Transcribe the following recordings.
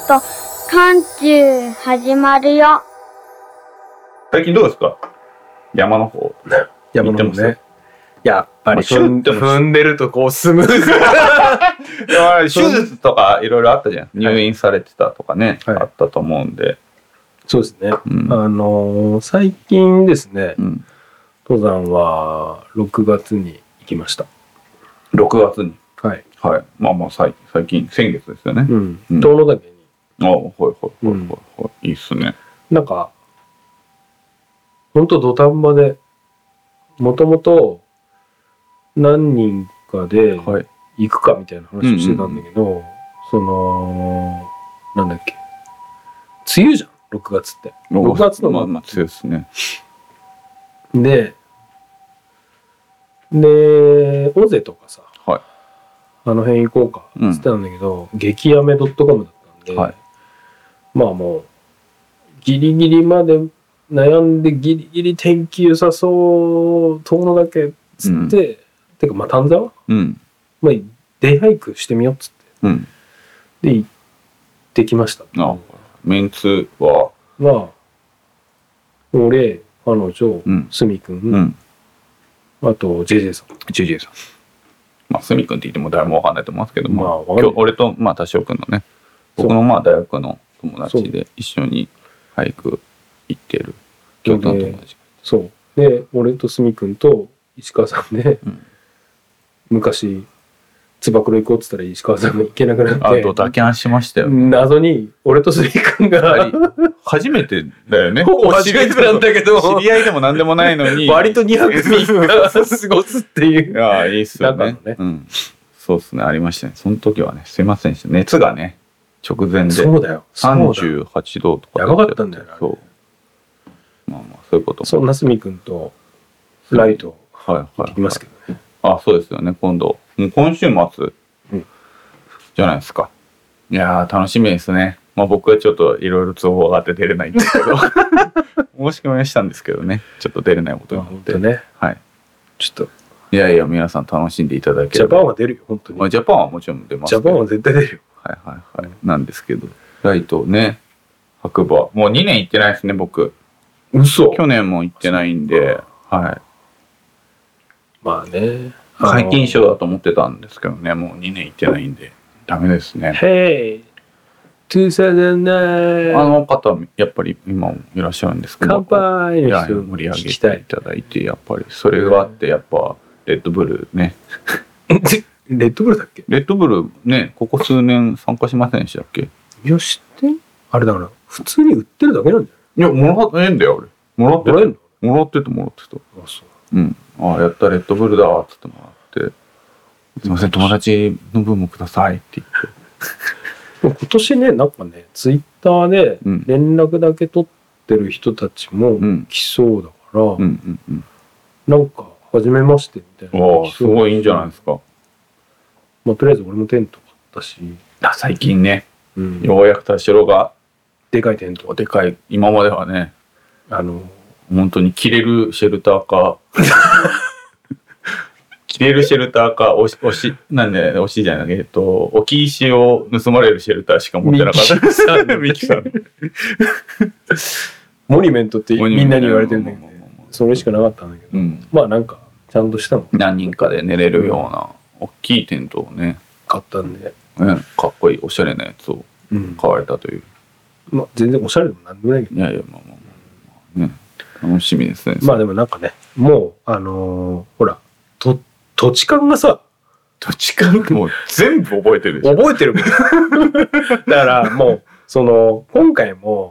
と寒中始まるよ。 最近どうですか？山の方。 山の方ね。やっぱり踏んでるとこうスムーズ。 手術とかいろいろあったじゃん。入院されてたとかね、あったと思うんで。 そうですね。最近ですね、登山は6月に行きました。 6月に。はい。はい。まあまあ最近、先月ですよね。 遠野岳に。 いいっすね。 なんか、ほんと土壇場で、もともと何人かで行くかみたいな話をしてたんだけど、なんだっけ、梅雨じゃん、6月って。6月のまあまあ梅雨ですね。 で、尾瀬とかさ、あの辺行こうかっつってたんだけど、激やめ .com だったんで、まあもうギリギリまで悩んでギリギリ天気良さそう遠野だけっつって、てかまあ丹沢、まあデイハイクしてみようっつって、で行ってきました。 メンツは俺、彼女、すみくん、あと JJ さん。 JJ さん。まあすみくんって言っても誰もわかんないと思いますけど、まあ今日俺とまあ田代くんのね、僕のまあ大学の友達で一緒にハイク行ってる共通の友達。 そうで俺とすみくんと石川さんで、昔つば九郎行こうっつったら石川さんが行けなくなって、 ドタキャンしましたよ。 謎に俺とすみくんが初めてだよね。 初めてなんだけど、 知り合いでも何でもないのに割と2泊3日過ごすっていう。 ああ、いいっすよね。そうっすね、ありましたね。その時はね、すいませんでした。熱がね、直前で。 そうだよ。 38度とか。 やばかったんだよね。 そう。まあまあ、そういうことも。 そんなすみくんとライト行きますけどね。 あ、そうですよね、今度。もう今週末じゃないですか。いやー、楽しみですね。まあ僕はちょっといろいろ都合があって出れないんですけど。申し込みはしたんですけどね。ちょっと出れないことになって。 ね。 はい。 ちょっと。 いやいや、皆さん楽しんでいただければ。ジャパンは出るよ、本当に。 まあジャパンはもちろん出ますけど。 ジャパンは絶対出るよ。 はい。なんですけど。ライトね、白馬。もう2年行ってないですね、僕。 嘘。 去年も行ってないんで、はい。 まあね。 解禁賞だと思ってたんですけどね、もう2年行ってないんで、ダメですね。 Hey! 2009! あの方、やっぱり今もいらっしゃるんですけど、 乾杯の人盛り上げていただいて、やっぱりそれがあって、やっぱ、レッドブルね。 レッドブルだっけ？ レッドブルね、ここ数年参加しませんでしたっけ？ いや、知ってん？あれだから、普通に売ってるだけなんじゃない？ いや、もらってんだよ、俺。もらってた。もらってた。 あ、そう。 うん。あ、やったレッドブルだっつってもらって、すいません友達の分もくださいって言って。 今年ね、なんかね、ツイッターで連絡だけ取ってる人たちも来そうだから、なんか初めましてみたいな。 すごいいいんじゃないですか。 まあとりあえず俺もテント買ったし。 最近ね、ようやく田代がでかいテント。 でかい。今まではね、本当に着れるシェルターか着れるシェルターか置き石を盗まれるシェルターしか持ってなかったミキさんモニュメントってみんなに言われてるんだけど、それしかなかったんだけど、まあなんかちゃんとしたの何人かで寝れるような大きいテントをね買ったんで、 かっこいいおしゃれなやつを買われたという、 まあ全然おしゃれでもなんでもないけど、 いやまあね、楽しみですね。 まあでもなんかね、もうほら土地勘がさ、 土地勘もう全部覚えてるでしょ。 覚えてるもんだからもう今回も、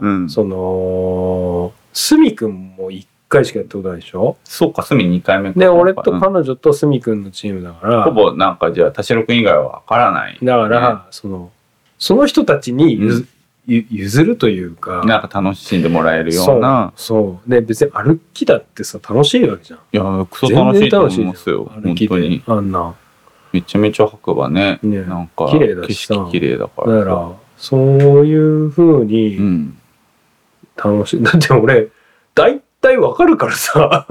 すみくんも1回しかやったことないでしょ。 そうか、すみ2回目か。 で俺と彼女とすみくんのチームだから、 ほぼなんかじゃあ田代くん以外は分からない、 だからその人たちに譲るというか、 なんか楽しんでもらえるような。 そうで、別に歩きだってさ楽しいわけじゃん。 いやクソ楽しいと思いますよ、本当に。 あんなめちゃめちゃ白馬ね、なんか綺麗だしさ、 景色綺麗だから、 だからそういう風に楽しい、だって俺大体わかるからさ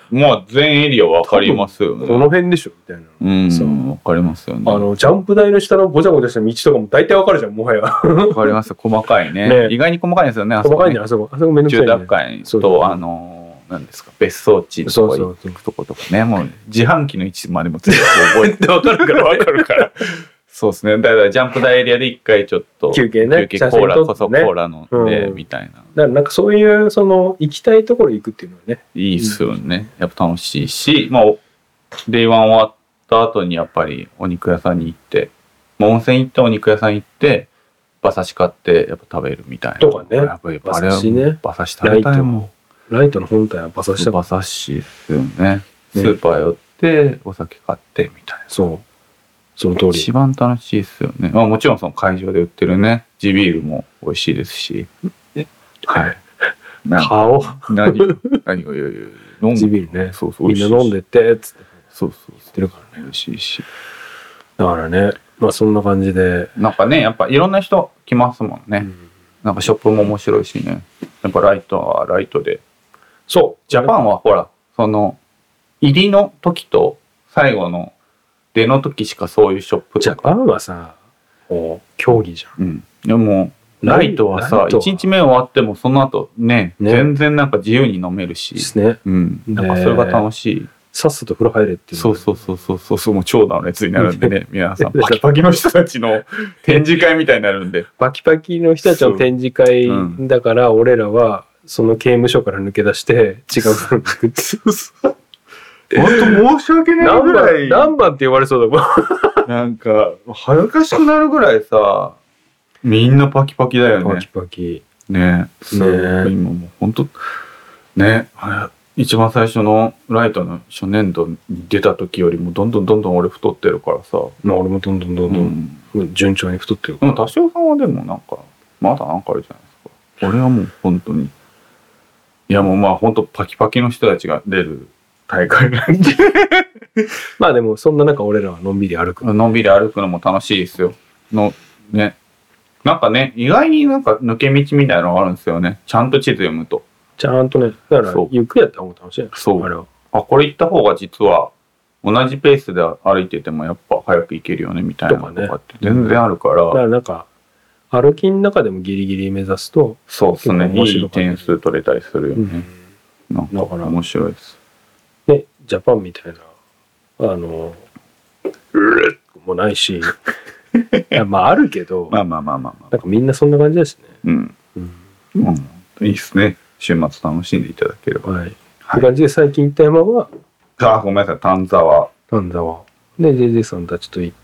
まあ全エリアわかりますよね。 この辺でしょみたいな。 わかりますよね。 ジャンプ台の下のごちゃごちゃした道とかも大体わかるじゃん、もはや。 わかります。細かいね。意外に細かいんですよね。 細かいね、あそこめんどくさいね。 住宅街と、何ですか、別荘地とか行くとことかね。もう自販機の位置までも全部覚えてわかるから。そうですね。だからジャンプ台エリアで一回ちょっと休憩ね。 コーラこそコーラ飲んでみたいな。だからなんかそういう行きたいところ行くっていうのはね。 いいっすよね。やっぱ楽しいし、まあデイワン終わった後にやっぱりお肉屋さんに行って、温泉行ってお肉屋さん行って馬刺し買ってやっぱ食べるみたいな。 とかね。 やっぱり馬刺しね。馬刺し食べたいもん。 ライトの本体は馬刺しだ。 馬刺しっすよね。スーパー寄ってお酒買ってみたいな。 そう。その通り。 一番楽しいっすよね。まあもちろんその会場で売ってるね、地ビールも美味しいですし。はい。 顔。 何を飲地ビールね。 そうそう。 みんな飲んでってっつって。 そう言ってるからね。 美味しいし。 だからね、まあそんな感じで。 なんかね、やっぱいろんな人来ますもんね。なんかショップも面白いしね。やっぱライトはライトで。そう。ジャパンはほら、入りの時と最後の出の時しかそういうショップとか。 ジャパンはさ、競技じゃん。 でも、ライトはさ、1日目終わってもその後ね、全然なんか自由に飲めるし。 ですね。 なんかそれが楽しい。 さっさと風呂入れっていう。 そう、もう長蛇の列になるんでね、皆さん。パキパキの人たちの展示会みたいになるんで。 パキパキの人たちの展示会だから、俺らはその刑務所から抜け出して違う風呂に行くって。 本当申し訳ないぐらい。 何番って言われそうだもん。 なんか、恥ずかしくなるぐらいさ、みんなパキパキだよね。 パキパキ。 ね。今もう本当、ね。一番最初のライトの初年度に出た時よりもどんどん俺太ってるからさ。 俺もどんどん順調に太ってるから。でも多少さんはでもなんか、まだなんかあるじゃないですか。俺はもう本当に。いやもうまあ本当パキパキの人たちが出る大会なんで。 まあでもそんな中俺らはのんびり歩く。 のんびり歩くのも楽しいですよ。ね。なんかね、意外になんか抜け道みたいなのがあるんですよね。ちゃんと地図読むと。 ちゃんとね、だからゆっくりやった方が楽しい。 そう。あれは。これ行った方が実は同じペースで歩いててもやっぱ早く行けるよねみたいなのとかって全然あるから。 だからなんか歩きの中でもギリギリ目指すと。 そうですね。いい点数取れたりするよね。なんか面白いです。 ね、ジャパンみたいなもないし。まああるけど。 まあ。 なんかみんなそんな感じですね。 いいっすね。週末楽しんでいただければ。 はい。って感じで最近行った山は。 ごめんなさい、丹沢。 で、JJ さんたちと行って。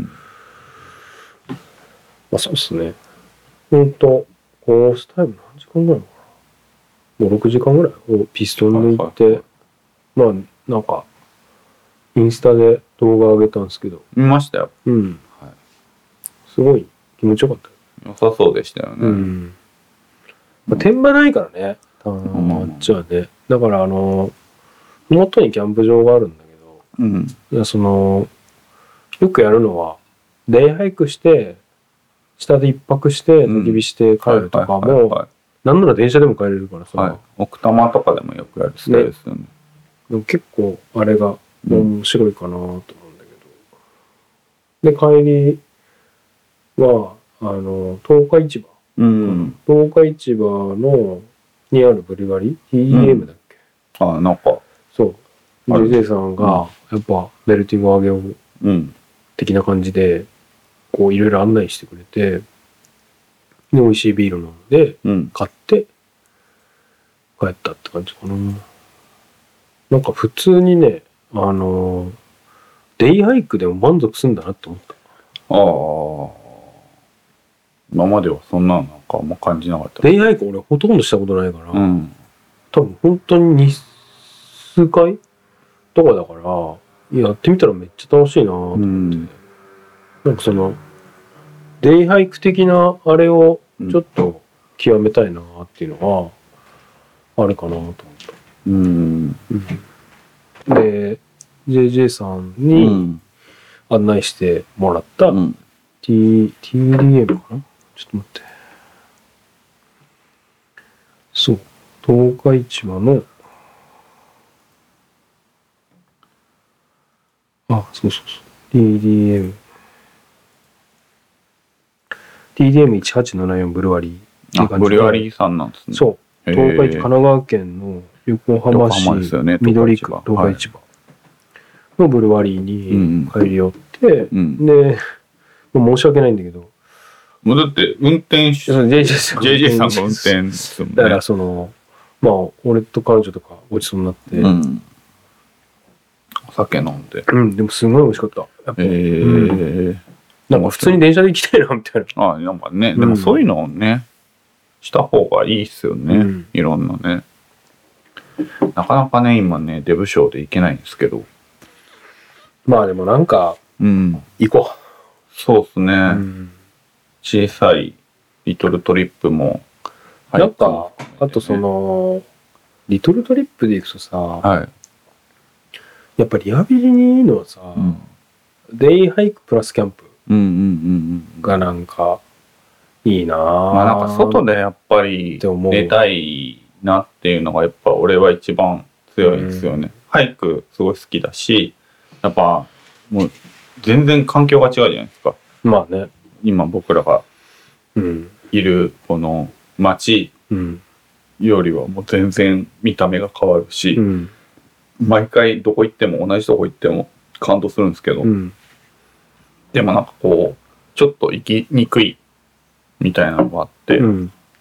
まあそうっすね。コースタイム何時間ぐらいかな。もう6時間ぐらいをピストンで行って。まあなんかインスタで動画上げたんですけど。 見ましたよ。 すごい気持ちよかった。 良さそうでしたよね。 天場ないからね。あっちはね。だから元にキャンプ場があるんだけど、よくやるのはデイハイクして下で一泊して焚き火して帰るとかも、なんなら電車でも帰れるからさ。 奥多摩とかでもよくやるスタイルですよね。 でも結構あれが面白いかなと思うんだけど。で帰りは十日市場。十日市場にあるブリガリ TEM だっけ。 なんかそう。JJ さんがやっぱメルティング上げよう的な感じでこういろいろ案内してくれて、で美味しいビール飲んで買って帰ったって感じかな。なんか普通にねデイハイクでも満足するんだなって思った。 今まではそんなのなんかあんま感じなかった。 デイハイク俺ほとんどしたことないから、多分本当に数回とかだからやってみたらめっちゃ楽しいなと思って、なんかデイハイク的なあれをちょっと極めたいなっていうのはあるかなと思った。で JJ さんに案内してもらった、TDM かな。ちょっと待って。そう。十日市場のあ、そうそうそう。TDM1874 ブルワリーっていう感じで。 ブルワリーさんなんですね。 そう。東海地、神奈川県の横浜市緑区東海市場のブルワリーに帰り寄って、で、申し訳ないんだけど。 もうだって運転手、JJ さんが運転するもんね。 だからまあ、俺と彼女とかごちそうになって、 お酒飲んで。 でもすごい美味しかった。やっぱなんか普通に電車で行きたいなみたいな。 なんかね、でもそういうのをね、した方がいいっすよね。いろんなね。なかなかね、今ね、デブ賞で行けないんですけど。 まあでもなんか、行こう。 そうっすね。小さいリトルトリップもなんか、あとリトルトリップで行くとさ、やっぱリハビリにいいのはさ、デイハイクプラスキャンプがなんかいいなぁ。 まあなんか外でやっぱり寝たいなっていうのがやっぱ俺は一番強いんですよね。ハイクすごい好きだし、やっぱもう全然環境が違うじゃないですか。 まあね。 今僕らがいるこの街よりはもう全然見た目が変わるし、毎回どこ行っても同じとこ行っても感動するんですけど、でもなんかこうちょっと行きにくいみたいなのがあって、だ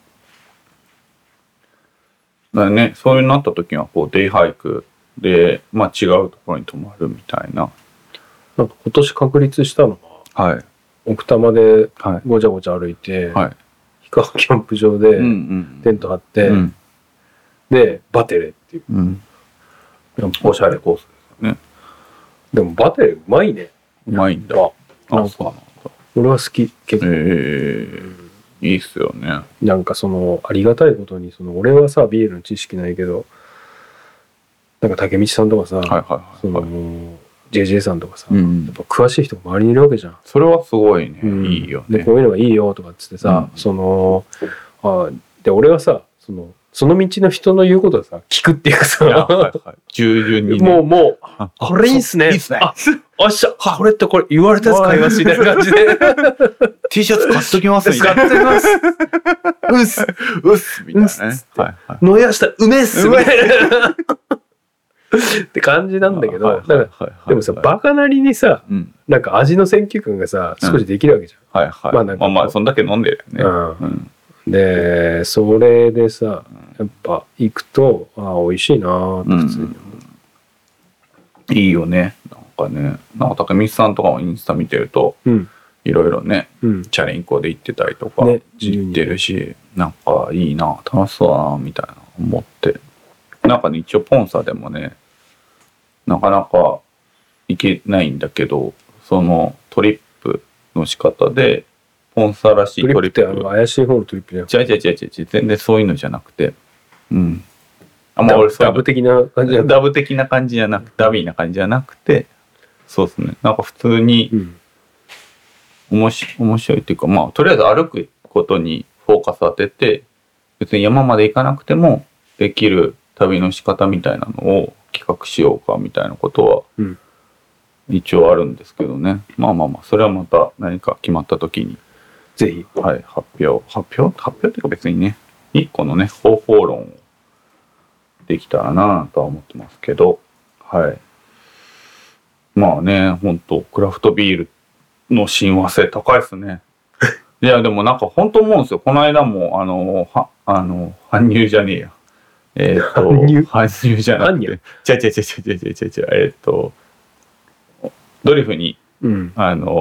からね、そういうのになった時はこうデイハイクで、まあ違うところに泊まるみたいな。 なんか今年確立したのは、奥多摩でごちゃごちゃ歩いて、氷川キャンプ場でテント張って、でバテレっていう、おしゃれコースですよね。でもバテレうまいね。 うまいんだ。 なんか俺は好き結構。 いいっすよね。 なんかありがたいことに俺はさビールの知識ないけど、なんか竹道さんとかさ、JJ さんとかさ、やっぱ詳しい人が周りにいるわけじゃん。 それはすごいね、いいよね。 でこういうのがいいよとかっつってさ、で俺はさその道の人の言うことはさ聞くっていうかさ、 従順にもうこれいいっすね。いいっすね。おっしゃ、これってこれ言われたやつ買いますみたいな感じで T シャツ買っときますみたいな。 買ってます。 うっすみたいなね。 のやしたらうめえっすみたいなって感じなんだけど、でもさバカなりにさ、なんか味の選球感がさ少しできるわけじゃん。 まあそんだけ飲んでるよね。 でそれでさやっぱ行くと美味しいなーって普通にいいよね。なんかね、なんか竹光さんとかもインスタ見てると、いろいろね、チャリンコで行ってたりとか行ってるし、なんかいいな、楽しそうだなみたいな思って、なんかね一応ポンサでもね、なかなか行けないんだけど、そのトリップの仕方でポンサらしいトリップって怪しい方のトリップじゃなくて、 違う全然そういうのじゃなくて、 ダブ的な感じじゃなくて、 ダブ的な感じじゃなくて、ダビーな感じじゃなくて、そうですね。なんか普通に面白いっていうか、まあとりあえず歩くことにフォーカス当てて、別に山まで行かなくてもできる旅の仕方みたいなのを企画しようかみたいなことは一応あるんですけどね。まあそれはまた何か決まった時にぜひ発表っていうか別にね、一個のね方法論をできたらなとは思ってますけど、まあね、本当クラフトビールの親和性高いですね。いやでもなんか本当思うんですよ。この間も搬入じゃねえや。搬入じゃなくて、違うドリフに、出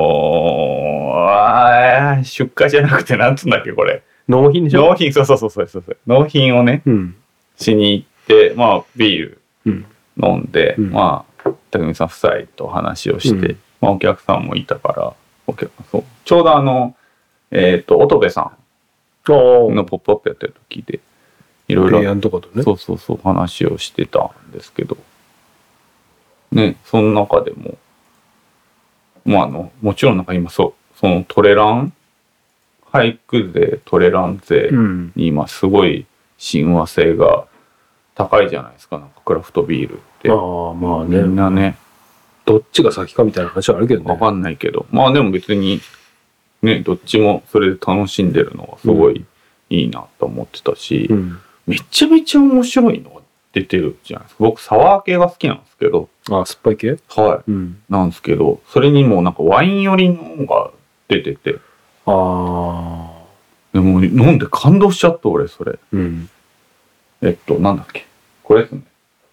荷じゃなくてなんつうんだっけこれ。 納品でしょ。 納品、そう。納品をね、しに行って、まあビール飲んで、まあ竹見さん夫妻と話をして、まあお客さんもいたから、ちょうど乙部さんのポップアップやってる時で、いろいろそう話をしてたんですけど、ね、その中でも、まあもちろんなんか今そのトレラン俳句勢トレラン勢に今すごい親和性が高いじゃないですか、なんかクラフトビールって。 まあね、 みんなねどっちが先かみたいな話はあるけどね。 わかんないけど。まあでも別に、ね、どっちもそれで楽しんでるのはすごいいいなと思ってたし、めちゃめちゃ面白いのが出てるじゃないですか。僕、サワー系が好きなんですけど。 あ、酸っぱい系？ はい。なんですけど、それにもなんかワイン寄りのが出てて。でも飲んで感動しちゃった、俺、それ。なんだっけ。これですね。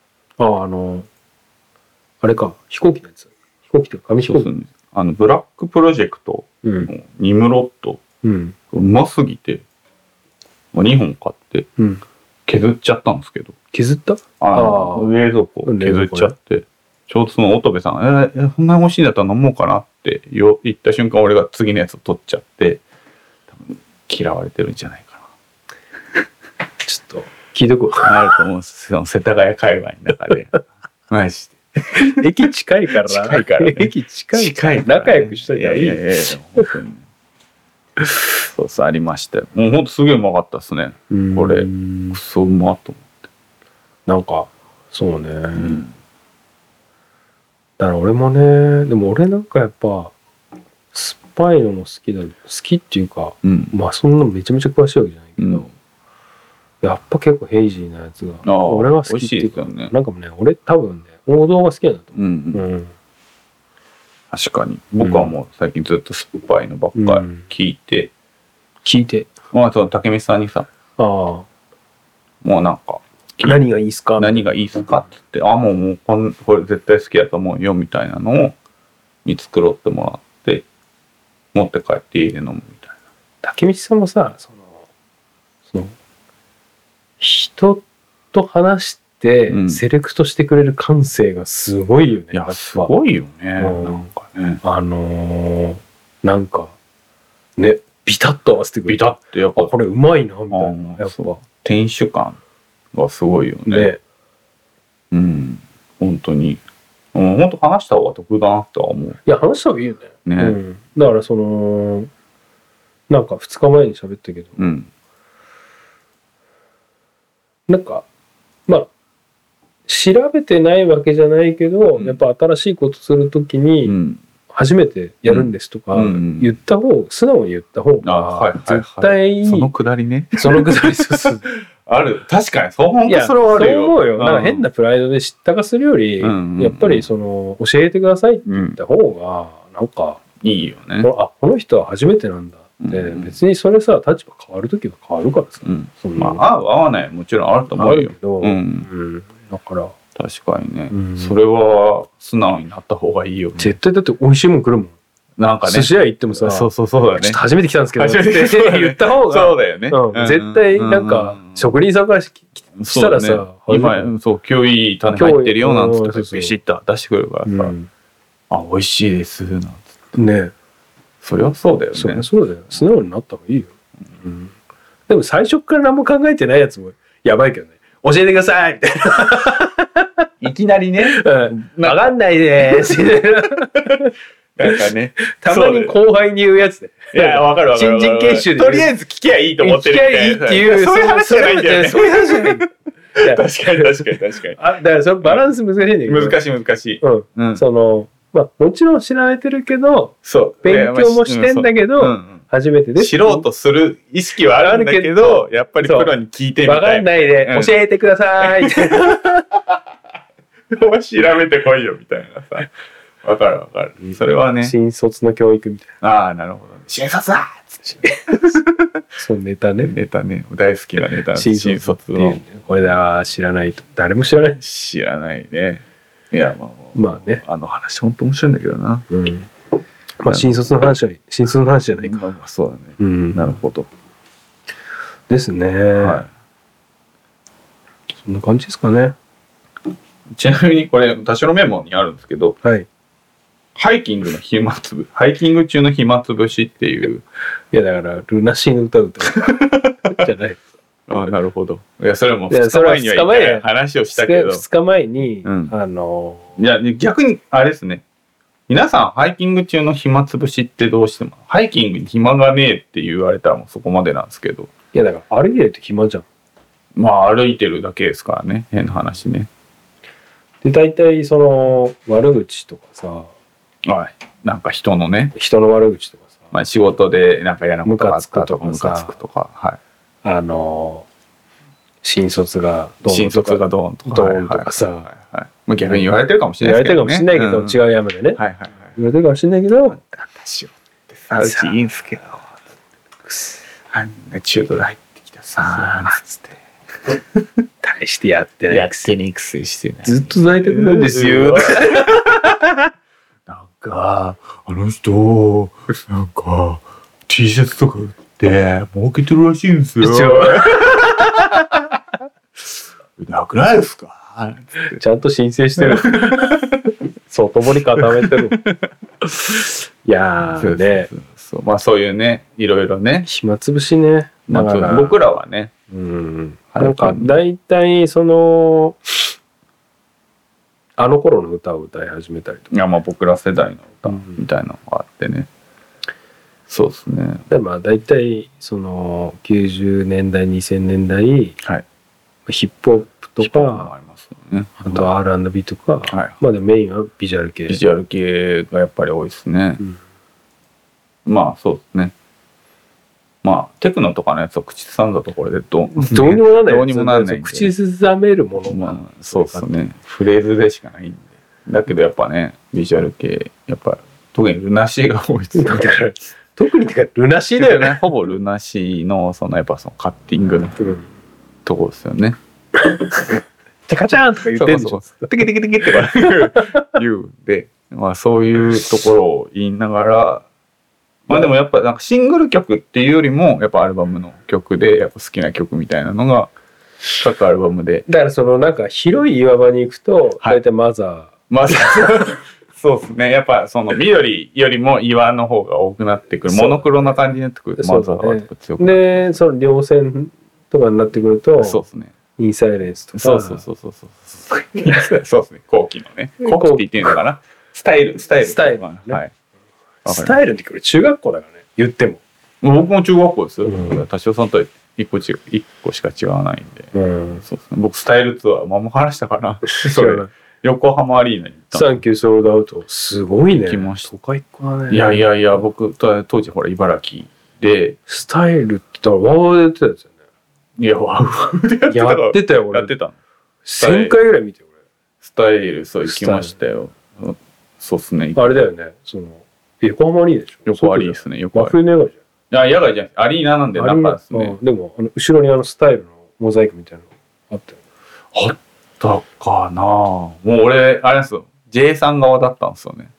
あれか、飛行機のやつ。飛行機っていうか紙飛行機。そうですね。 ブラックプロジェクトのニムロット。うますぎて、2本買って、削っちゃったんですけど。 削った？ 冷蔵庫削っちゃって。ちょうどその乙部さん、そんなに美味しいんだったら飲もうかなって言った瞬間、俺が次のやつを取っちゃって、多分嫌われてるんじゃないかな。 ちょっと聞いとくわ。あると思うんですよ、世田谷界隈の中で。マジで。 駅近いからな。 近いからね。 駅近いから、ね。仲良くしといたらいい。 本当に。そうそう、ありましたよ。もうほんとすげえうまかったっすね。これ、くそうまっと思って。 なんか、そうね。だから俺もね、でも俺なんかやっぱ、酸っぱいのも好きだ。好きっていうか、まあそんなめちゃめちゃ詳しいわけじゃないけど、やっぱ結構ヘイジーなやつが、俺は好きっていうか、なんかもね、俺多分ね、王道が好きなんだと思う。 確かに。僕はもう最近ずっと酸っぱいのばっかり聞いて。まあその竹光さんにさ、もうなんか、 何がいいっすかって言って、もうこれ絶対好きやと思うよみたいなのを見繕ってもらって、持って帰って家で飲むみたいな。 竹道さんもさ、その人と話してセレクトしてくれる感性がすごいよね。 いや、すごいよね。なんかね。 なんかね、ビタッと合わせてくれる。 ビタッてやっぱこれうまいなみたいな。やっぱ店主感がすごいよね。本当に。本当話した方が得だなとは思う。 いや、話した方がいいよね。だからなんか2日前に喋ったけど、なんかまあ調べてないわけじゃないけど、やっぱ新しいことするときに初めてやるんですとか言った方、素直に言った方が絶対そのくだりね。 そのくだりそうある。確かに本当それはあるよ。 そう思うよ。なんか変なプライドで知ったかするより、やっぱり教えてくださいって言った方がなんかいいよね。 この人は初めてなんだって、別にそれさ、立場変わるときは変わるからさ。 まあ合う合わないもちろんあると思うよ。 だから確かにね、それは素直になった方がいいよね。 絶対だって美味しいもん来るもん。なんかね、寿司屋行ってもさ、 そうだね。 ちょっと初めて来たんですけどって言った方が、 そうだよね。 絶対なんか職人さんからしたらさ、 今今日いい種入ってるよなんつってビシッと出してくるからさ、美味しいですなんつってね。 それはそうだよね。 そうだよ。素直になった方がいいよ。でも最初から何も考えてないやつもやばいけどね。教えてくださいみたいな。 いきなりね。 わかんないでーす。 なんかね。 たまに後輩に言うやつで。 いや、わかる。 新人研修で。 とりあえず聞きゃいいと思ってる。 聞きゃいいっていう。 そういう話じゃないんだよね。 そういう話じゃない。確かに。 だからそのバランス難しいんだけど。 難しい。 まあもちろん知られてるけど、勉強もしてんだけど、初めてで知ろうとする意識はあるんだけど、やっぱりプロに聞いてみたい。 わかんないで教えてください。 お前調べてこいよみたいなさ。わかる。それはね。 新卒の教育みたいな。 ああ、なるほど。新卒だそう、ネタね。 大好きなネタ。新卒の。 これだ、知らないと。誰も知らない。 知らないね。いや、 まあね。 話本当面白いんだけどな。 まあ新卒の話じゃないか。 そうだね。なるほど。 ですね。そんな感じですかね。 ちなみにこれ、私のメモにあるんですけど、ハイキングの暇つぶ、ハイキング中の暇つぶしっていう。 いや、だから、ルナシーの歌うじゃない。 あ、なるほど。いや、それも2日前には一回話をしたけど。 2日前に、 いや、逆に、あれですね。皆さん、ハイキング中の暇つぶしってどうしても、ハイキングに暇がねえって言われたらもうそこまでなんですけど。 いや、だから歩いてると暇じゃん。 まあ、歩いてるだけですからね。変な話ね。 で大体その悪口とかさ、 はい、なんか人の悪口とかさ、 まあ、仕事でなんか嫌なことがあったとかムカつくとか、 はい、 新卒がドーンとかさ、 まあ、逆に言われてるかもしれないけど、ね、 言われてるかもしれないけど、違う山でね、 はいはいはい、 言われてるかもしれないけど、 私ってさ、うちいいんすけど、あんな中途で入ってきたさ、つって大してやってないくせにしてない、 ずっと在宅なんですよ。 なんかあの人なんか T シャツとか売って儲けてるらしいんですよ。なくないですか？ ちゃんと申請してる。外堀固めてる。いやーね、 まあそういうね、いろいろね、 暇つぶしね。 だから僕らはね、 なんか大体そのあの頃の歌を歌い始めたりとか、 いやまあ僕ら世代の歌みたいなのがあってね、そうですね。 でまあ大体その90年代2000年代、 はい、 ヒップホップとか、あと R&B とか、 はい、 まあでもメインはビジュアル系。 ビジュアル系がやっぱり多いですね。まあそうですね。まあテクノとかのやつを口ずさんだところでどうにもならない。 どうにもならない。 口ずさめるものが、 そうですね。フレーズでしかないんで。だけどやっぱね、ビジュアル系やっぱ特にルナシーが多いですね。 特にてかルナシーだよね。 ほぼルナシーのそのやっぱそのカッティングのところですよね。 テカチャンとか言ってんでしょ。 テケテケテケって言うんで、まあそういうところを言いながら、まあでもやっぱなんかシングル曲っていうよりもやっぱアルバムの曲でやっぱ好きな曲みたいなのが各アルバムで。 だからそのなんか広い岩場に行くと大体マザー。そうですね。やっぱその緑よりも岩の方が多くなってくる。モノクロな感じになってくる。マザーは強く。 で、その稜線とかになってくると、 そうですね。 インサイレンスとか。 そう。そうですね。後期のね。後期って言ってるのかな。スタイル。はい。 スタイルってこれ中学校だからね。言っても。 僕も中学校ですよ。多少さんとは一個しか違わないんで。そうですね。僕スタイルツアー、もう話したかな。それ。横浜アリーナに行ったサンキューソールドアウト。すごいね。 来ました。 都会っ子だね。 いや、僕、当時ほら、茨城で。 スタイルって言ったら、ワーワーでやってたやつよね。 いや、ワーワーでやってたよ、俺。 やってたの。 1000回ぐらい見てよ、俺。 スタイル、そう、行きましたよ。そうっすね。 あれだよね。横浜アリーナでしょ。 横アリーですね。 横アリー。真冬の野外じゃん。いや、野外じゃなくて、アリーナなんで中ですね。 でも、後ろにスタイルのモザイクみたいなのあったよ。 あったかな。もう俺、あれですよ。J さん側だったんですよね。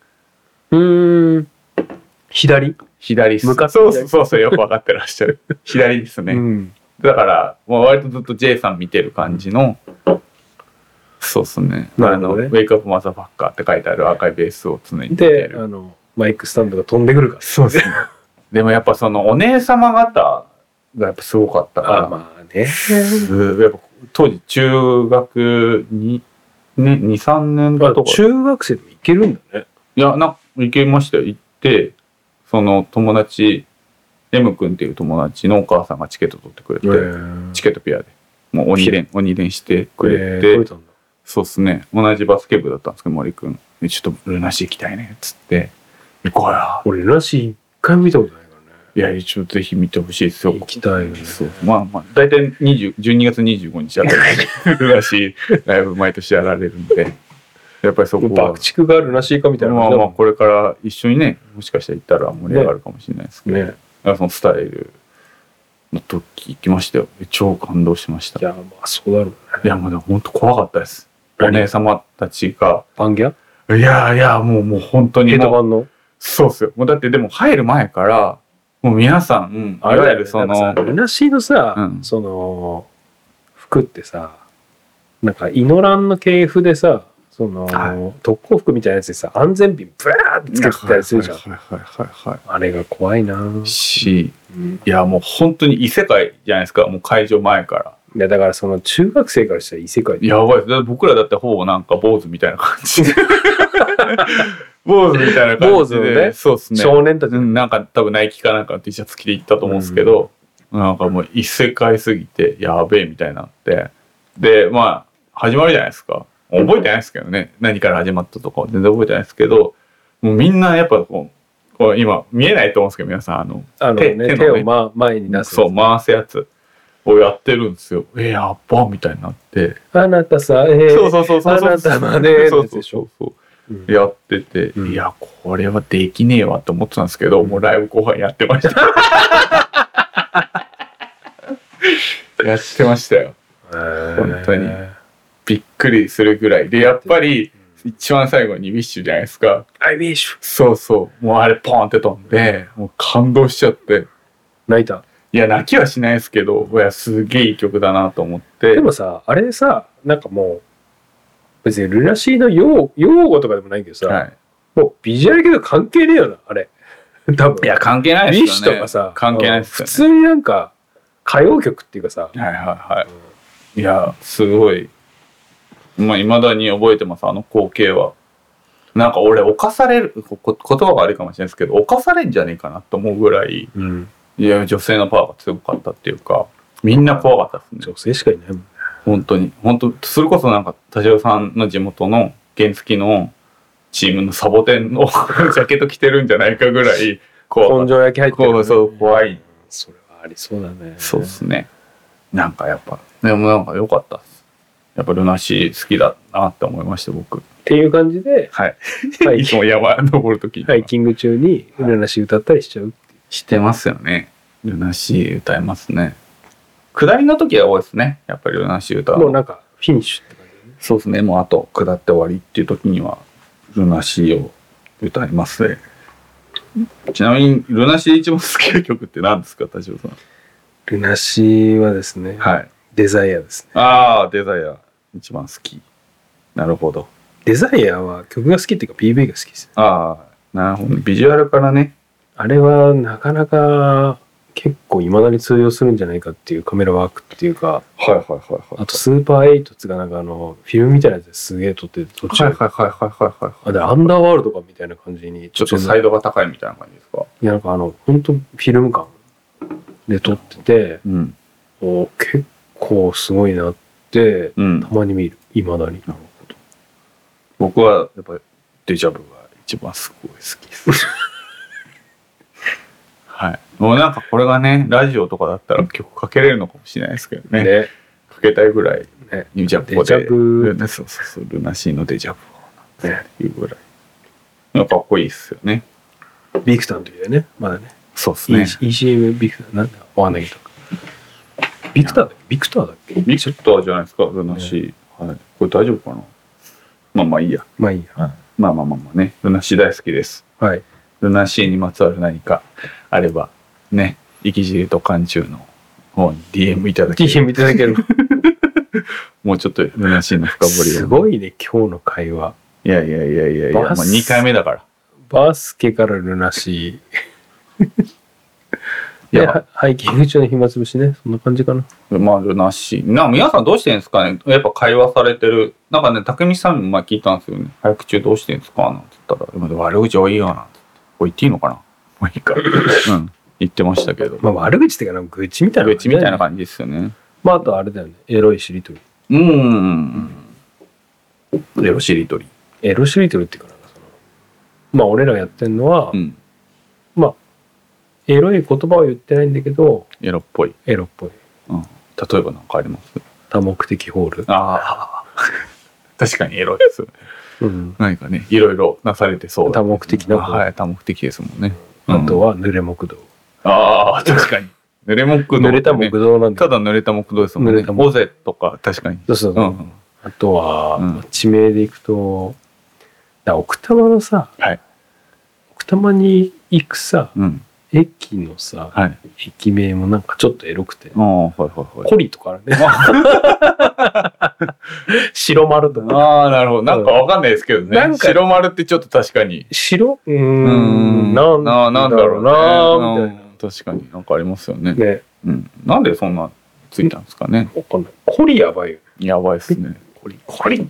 左っす。そう、よく分かってらっしゃる。左ですね。だから、もう割とずっと J さん見てる感じの、そうっすね。ウェイクアップマザーファッカーって書いてある赤いベースを常に見てる。 で、マイクスタンドが飛んでくるから。 そうですね。でもやっぱそのお姉様方がやっぱすごかったから。 まあね。 やっぱ当時中学に2、3年だとか。 中学生でも行けるんだね。 いや、行けましたよ。行って、その友達、M 君っていう友達のお母さんがチケット取ってくれて、チケットペアで。もう鬼伝してくれて、そうっすね。同じバスケ部だったんですけど、森君。ちょっとルナシー行きたいね、っつって。行こうよ。 俺ルナシー一回も見たことないからね。 いや、一応ぜひ見てほしいですよ。 行きたいよね。 そう。まあ、大体12月25日あたりルナシーライブ毎年やられるんで、やっぱりそこは。 爆竹がルナシーかみたいな。 まあ、これから一緒にね、もしかしたら行ったら盛り上がるかもしれないですけど。ね。そのスタイルの時行きましたよ。超感動しました。 いや、まあそうだろうね。 いや、もう本当怖かったです。お姉様たちが。 パンギャ？ いや、もう本当に。 ヘッドバンの？ そうっすよ。もうだってでも入る前から、もう皆さん、いわゆるその。 ルナシーのさ、その、服ってさ、なんか、イノランの系譜でさ、その、特攻服みたいなやつでさ、安全ピンブワーってつけてたりするじゃん。あれが怖いなし、いや、もう本当に異世界じゃないですか、もう会場前から。 いやだからその中学生からしたら異世界やばいです。僕らだってほぼなんか坊主みたいな感じで坊主みたいな感じで、ね、そうですね。 少年たち、 なんか多分ナイキかなんか T シャツ着て行ったと思うんですけど、なんかもう異世界すぎてやべえみたいになって、でまあ始まるじゃないですか。 覚えてないですけどね。何から始まったとか全然覚えてないですけど、もうみんなやっぱこう今見えないと思うんですけど、皆さん手を前に出す。 そう、回すやつをやってるんですよ。やっばみたいになって。 あなたさ、 そうあなたまでそうやってて、いやこれはできねえわと思ってたんですけど、もうライブ後半やってました。やってましたよ。本当にびっくりするぐらいで、やっぱり一番最後にウィッシュじゃないですか。 I wish。 そうそう、もうあれポンって飛んで、もう感動しちゃって。 泣いた？ いや泣きはしないですけど、いやすげえいい曲だなと思って。 でもさ、あれさ、なんかもう別にルナシーの用語とかでもないけどさ、はい、もうビジュアル系と関係ねえよな、あれ。多分。 いや関係ないですよね。 ウィッシュとかさ、 関係ないですよね。 普通になんか歌謡曲っていうかさ、 いやすごい、まあ未だに覚えてます、あの光景は。なんか俺犯される、言葉が悪いかもしれないですけど、犯されんじゃねえかなと思うぐらい、いや女性のパワーが強かったっていうか、みんな怖かったですね。 女性しかいないもんね。 本当それこそなんか田代さんの地元の原付のチームのサボテンのジャケット着てるんじゃないかぐらい根性焼き入ってる、ね、 そう怖い。 それはありそうだね。 そうですね。なんかやっぱでもなんか良かったです。やっぱルナシー好きだなって思いました僕。 っていう感じで、 はい。いつも山登るときハイキング中にルナシー歌ったりしちゃう。 してますよね。ルナシー歌いますね。下りの時は多いですね。やっぱりルナシー歌は。 もうなんかフィニッシュって感じ、ね。 そうですね。もうあと下って終わりっていう時にはルナシーを歌いますね。ちなみにルナシーで一番好きな曲って何ですか、田代さん。 ルナシーはですね。 はい。 デザイアですね。 ああ、デザイア一番好き。なるほど。 デザイアは曲が好きっていうか PV が好きです。 ああ、なるほど。ビジュアルからね。 あれはなかなか結構未だに通用するんじゃないかっていうカメラワークっていうか、あとスーパーエイトってがなんかフィルムみたいなやつですげえ撮って途中、あれアンダーワールドかみたいな感じにちょっとサイドが高いみたいな感じですか。 いやなんか本当フィルム感で撮ってて、結構すごいなって、たまに見る、未だに。なるほど。 僕はやっぱりデジャブが一番すごい好きです。はい。もうなんかこれがね、ラジオとかだったら曲かけれるのかもしれないですけどね。かけたいぐらい、ニュージャポで、ルナシーのデジャブをなんていうぐらい。かっこいいっすよね。 ビクターの時だよね、まだね。 そうっすね。 ECM ビクターなんだわかんないけど。ビクターだっけ？ビクターだっけ？ ビクターじゃないですか、ルナシー。はい。これ大丈夫かな？まあいいや。 まあいいや。 まあね。ルナシー大好きです。 はい。 ルナシーにまつわる何かあればね、生き尻と寒中の方に DM いただける。 DM いただける。 もうちょっとルナシーの深掘りを。 すごいね、今日の会話。 いや、まあ2回目だから。 バスケからルナシー。いや、ハイキング中の暇つぶしね、そんな感じかな。 まあルナシー。皆さんどうしてるんですかね。やっぱ会話されてる。なんかね、匠さんにも聞いたんですよね。早口中どうしてるんですかなんて言ったら、悪口多いよなんて。これ言っていいのかな。まあいいか。言ってましたけど。 まあ悪口っていうか愚痴みたいな、 愚痴みたいな感じですよね。 まああとあれだよね。エロいしりとり。 エロしりとり。 エロしりとりっていうかなんかまあ俺らがやってんのは、まあエロい言葉を言ってないんだけど、 エロっぽい。 例えば何かあります？ 多目的ホール。 ああ。確かにエロいですよね。何かね、いろいろなされてそう。 多目的な。 はい、多目的ですもんね。 あとは濡れ木道。 ああ、確かに。濡れ木道。 濡れた木道なんで。 ただ濡れた木道ですもんね。尾瀬とか確かに。 そう。あとは地名で行くと、奥多摩のさ、奥多摩に行くさ、駅のさ、駅名もなんかちょっとエロくて。コリとかあるね。白丸とか。 ああ、なるほど。なんかわかんないですけどね。白丸ってちょっと確かに。なんだろうな。みたいな。確かになんかありますよね。なんでそんなついたんですかね。 わかんない。コリやばいよ。 やばいっすね。 コリ。 コリ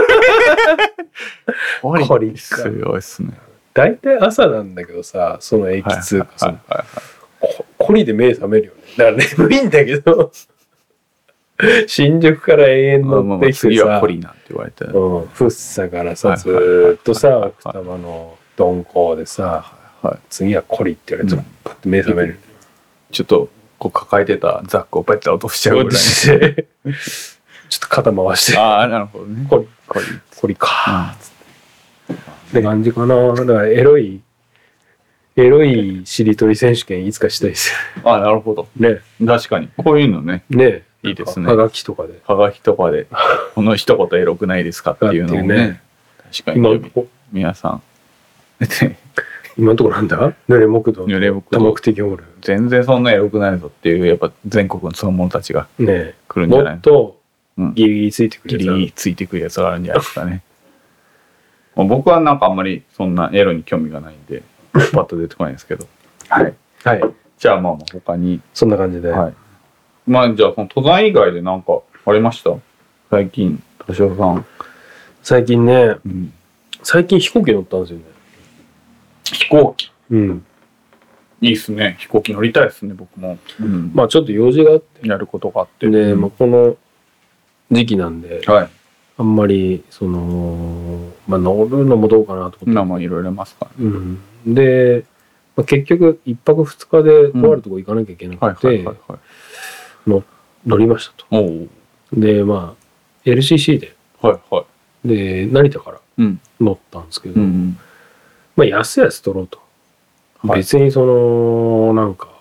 すごいっすね。 大体朝なんだけどさ、その駅通過コリで目覚めるよね。だから眠いんだけど新宿から永遠乗ってきてさ、 次はコリなんて言われて、 うん、フッサからさ、ずーっとさ、奥多摩の鈍行でさ、次はコリって言われて、パッと目覚める。 ちょっとこう抱えてたザックをパッと落としちゃうぐらい。 ちょっと肩回して。 ああ、なるほどね。 コリか。って感じかな。だからエロいしりとり選手権いつかしたいですよ。あ、なるほど。 ね。 確かに。こういうのね。 ね。 いいですね。 はがきとかで。 この一言エロくないですかっていうのをね。確かに。皆さん。 今のところなんだ？濡れ木道。多目的ホール。 全然そんなエロくないぞっていう、やっぱ全国のその者たちが来るんじゃないの？ もっとギリギリついてくるやつ。 ギリギリついてくるやつがあるんじゃないですかね。僕はなんかあんまりそんなエロに興味がないんで、パッと出てこないんですけど。はい。 はい。 じゃあまあ他に。 そんな感じで。はい。 まあじゃあその登山以外でなんかありました？最近、田代さん。 最近ね、最近飛行機乗ったんですよね。 飛行機？ うん。 いいっすね。飛行機乗りたいですね、僕も。 まあちょっと用事があって。 やることがあって。 で、まあこの時期なんで、 はい。 あんまり、まあ乗るのもどうかなと思って。 まあいろいろいますからね。で、まあ、結局1泊2日でとあるとこ行かなきゃいけなくて、乗りましたと。で、まあ LCC で、で、成田から乗ったんですけど、まあ安々取ろうと。別になんか、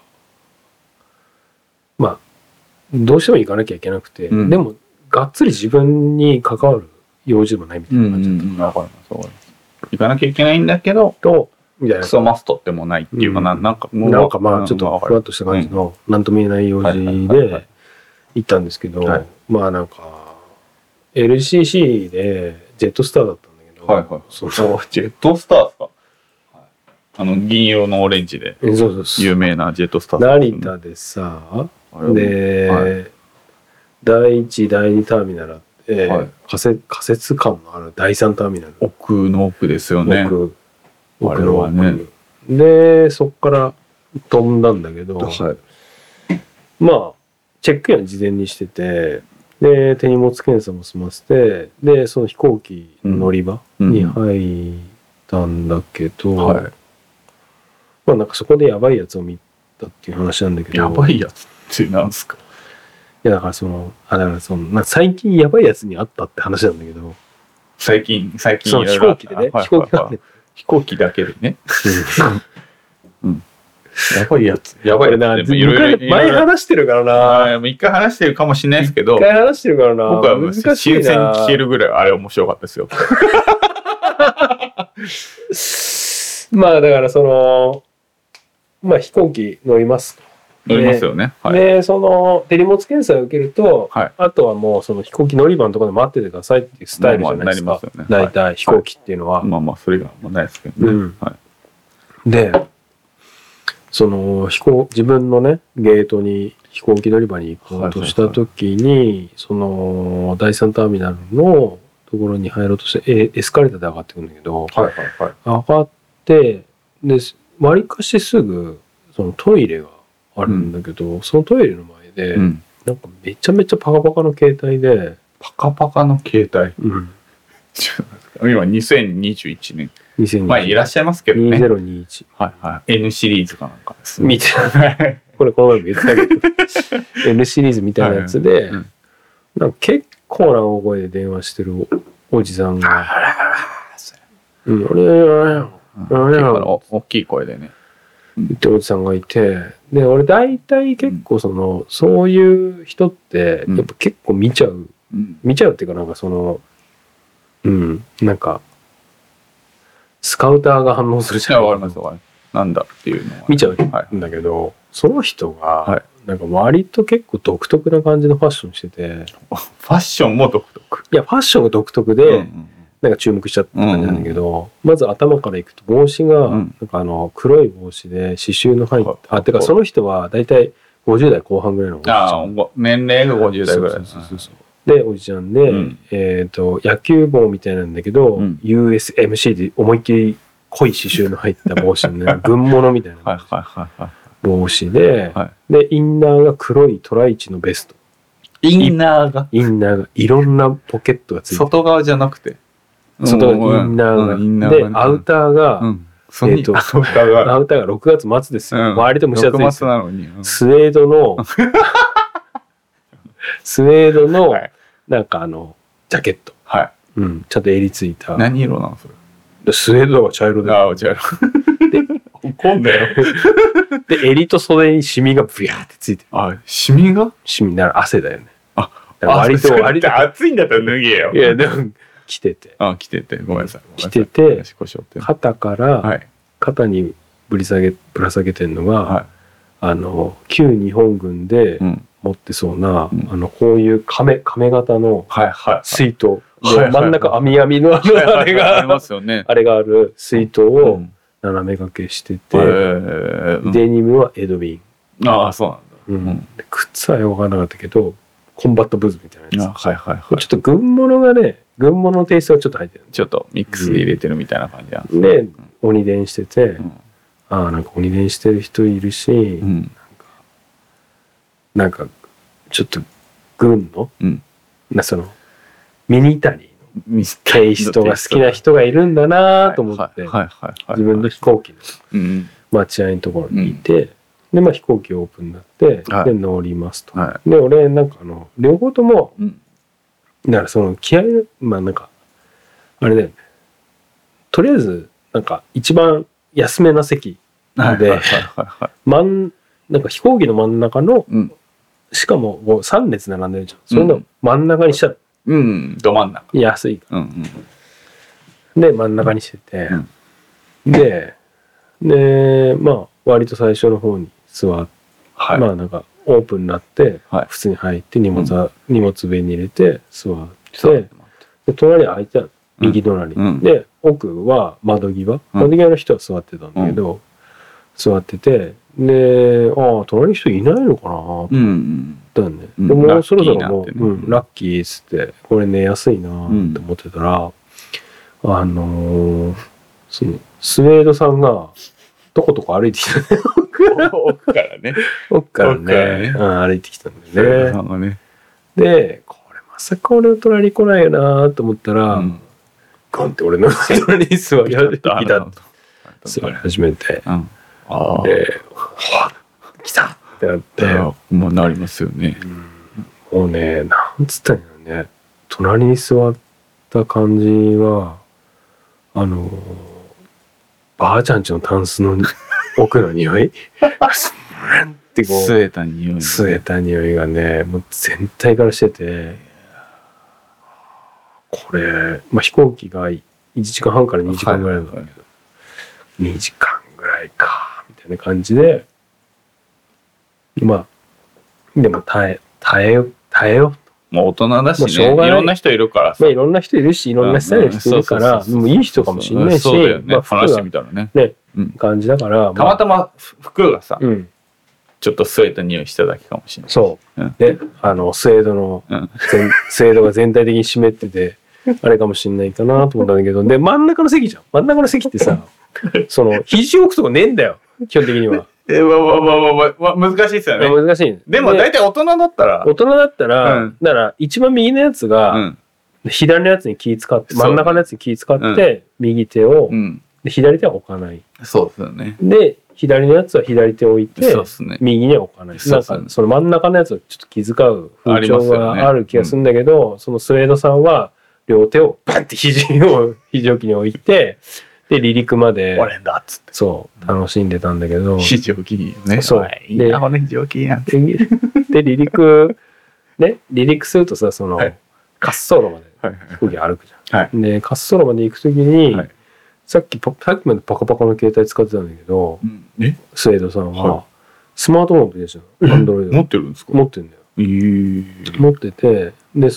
まあ、どうしても行かなきゃいけなくて、でも、がっつり自分に関わる用事でもないみたいな感じだった。 わかります。行かなきゃいけないんだけど、 みたいな。 クソマストってもないっていうかな、なんかまあちょっとふわっとした感じの、なんとも言えない用事で行ったんですけど、まあなんか、LCC でジェットスターだったんだけど、 ジェットスターですか？銀色のオレンジで有名なジェットスター。 成田でさ、で、第1、第2ターミナルあって、仮設館のある第3ターミナル。 奥の奥ですよね。 奥の奥。で、そっから飛んだんだけど、まあ、チェックインは事前にしてて、で、手荷物検査も済ませて、で、その飛行機の乗り場に入ったんだけど、まあなんかそこでやばいやつを見たっていう話なんだけど。 やばいやつってなんすか？ いやだから最近やばいやつに会ったって話なんだけど。 最近その飛行機でね。 飛行機だけでね。やばいやつ。やばいやつ。 前話してるからな。 一回話してるかもしれないですけど。 一回話してるからな。 僕は新鮮に聞けるぐらいあれ面白かったですよ。 まあだからまあ飛行機乗りますと。 乗りますよね。 で、手荷物検査を受けると、あとはもう飛行機乗り場のところで待っててくださいっていうスタイルじゃないですか。大体飛行機っていうのは。 まあそれがないですけどね。 で、自分のね、ゲートに飛行機乗り場に行こうとしたときに、第3ターミナルのところに入ろうとして、エスカレーターで上がってくるんだけど、上がって、で、わりかしすぐ、トイレがあるんだけど、そのトイレの前で、なんかめちゃめちゃパカパカの携帯で、 パカパカの携帯？今2021年。まあいらっしゃいますけどね。 2021。 N シリーズかなんかです。 見てこれこの前も言ったけど、N シリーズみたいなやつで、なんか結構な大声で電話してるおじさんが、 大きい声でね。 言ってるおじさんがいて、で、俺大体結構そういう人って、やっぱ結構見ちゃうっていうかなんかなんか、スカウターが反応するじゃん。 わかります。なんだっていうのは。 見ちゃうんだけど、その人が、なんか割と結構独特な感じのファッションしてて。 ファッションも独特？ いや、ファッションが独特で、なんか注目しちゃった感じなんだけど、まず頭からいくと帽子が、なんか黒い帽子で刺繍の入った、てかその人は大体50代後半ぐらいのおじちゃん。 年齢が50代ぐらい。 で、おじちゃんで、野球帽みたいなんだけど、USMC で思いっきり濃い刺繍の入った帽子ね、軍物みたいな帽子で、で、インナーが黒いトライチのベスト。 インナーがいろんなポケットがついてる。 外側じゃなくて。 外側インナーが。で、アウターが、アウターが6月末ですよ。割と蒸し暑いですよ。スウェードの、なんかジャケット。はい。ちゃんと襟ついた。 何色なのそれ？スウェードが茶色で。 ああ、茶色。で、怒んだよ。 で、襟と袖にシミがブヤーってついてる。 あ、シミが？ シミなら汗だよね。 あ、割と暑いんだったら脱げよ。 いや、でも、着てて。 あ、着てて。ごめんなさい。 着てて、肩から、肩にぶら下げてるのが、旧日本軍で持ってそうな、こういう亀型の水筒。で、真ん中網のあれが、あれがある水筒を斜め掛けしてて、デニムはエドウィン。 ああ、そうなんだ。 靴はよくわからなかったけど、コンバットブーツみたいなやつ。ちょっと軍物のテイストがちょっと入ってる。 ちょっとミックスで入れてるみたいな感じなんですね。で、鬼伝してて、なんか鬼伝してる人いるし、なんか、ちょっと軍の、その、ミニタリーのテイストが好きな人がいるんだなと思って、自分の飛行機の待合のところにいて、で、飛行機オープンになって、で、乗りますと。で、俺、なんか両方とも、だからその気合なんか、あれだよね。とりあえず、なんか一番安めな席で、なんか飛行機の真ん中の、しかも3列並んでるじゃん。それの真ん中にしたら、 ど真ん中。 安いから。で、真ん中にしてて、で、割と最初の方に座って、なんかオープンになって、普通に入って荷物上に入れて座って、で隣空いてある。右隣。で、奥は窓際の人は座ってたんだけど、座ってて、で、隣に人いないのかなと思ったんで、でもそろそろもう、ラッキーっつって、これ寝やすいなって思ってたら、その、スウェードさんが、とことこ歩いてきたね。 奥からね。 奥からね、歩いてきたんだよね。で、これまさか俺の隣に来ないよなと思ったら、ガンって俺の隣に座り始めて、で、来たってなって。 もうなりますよね。 もうね、なんつったんやろね。隣に座った感じは、ばあちゃんちのタンスの奥の匂いってこう吸えた匂い、 吸えた匂いがね、もう全体からしてて、これ、飛行機が1時間半から2時間ぐらいなんだけど、2時間ぐらいかみたいな感じで、でも耐えよもう大人だしね、いろんな人いるからさ。 いろんな人いるし、いろんなスタイルの人いるから、でもいい人かもしれないし、 そうだよね、話してみたらね。 感じだから。 たまたま服がさ、ちょっとスウェード匂いしただけかもしれない。 そう。で、スウェードが全体的に湿ってて、あれかもしれないかなと思ったんだけど、で、真ん中の席じゃん。真ん中の席ってさ、肘置くとこねえんだよ、基本的には。 難しいですよね。 難しい。 でも大体大人だったら。 だから一番右のやつが、左のやつに気使って、真ん中のやつに気使って、右手を、左手は置かない。 そうですよね。 で、左のやつは左手を置いて、右には置かない。なんか、その真ん中のやつをちょっと気遣う風潮がある気がするんだけど、そのスウェードさんは、両手をバンって肘置きに置いて、で、離陸まで、 俺だっつって。 そう、楽しんでたんだけど。 非常勤ね。 そう。 いいな、非常勤なんて。 で、離陸するとさ、滑走路まで飛行機歩くじゃん。で、滑走路まで行くときに、さっきまでパカパカの携帯使ってたんだけど、スウェードさんは、スマートフォンって言うじゃん。アンドロイド。 持ってるんですか？ 持ってるんだよ。持ってて、で、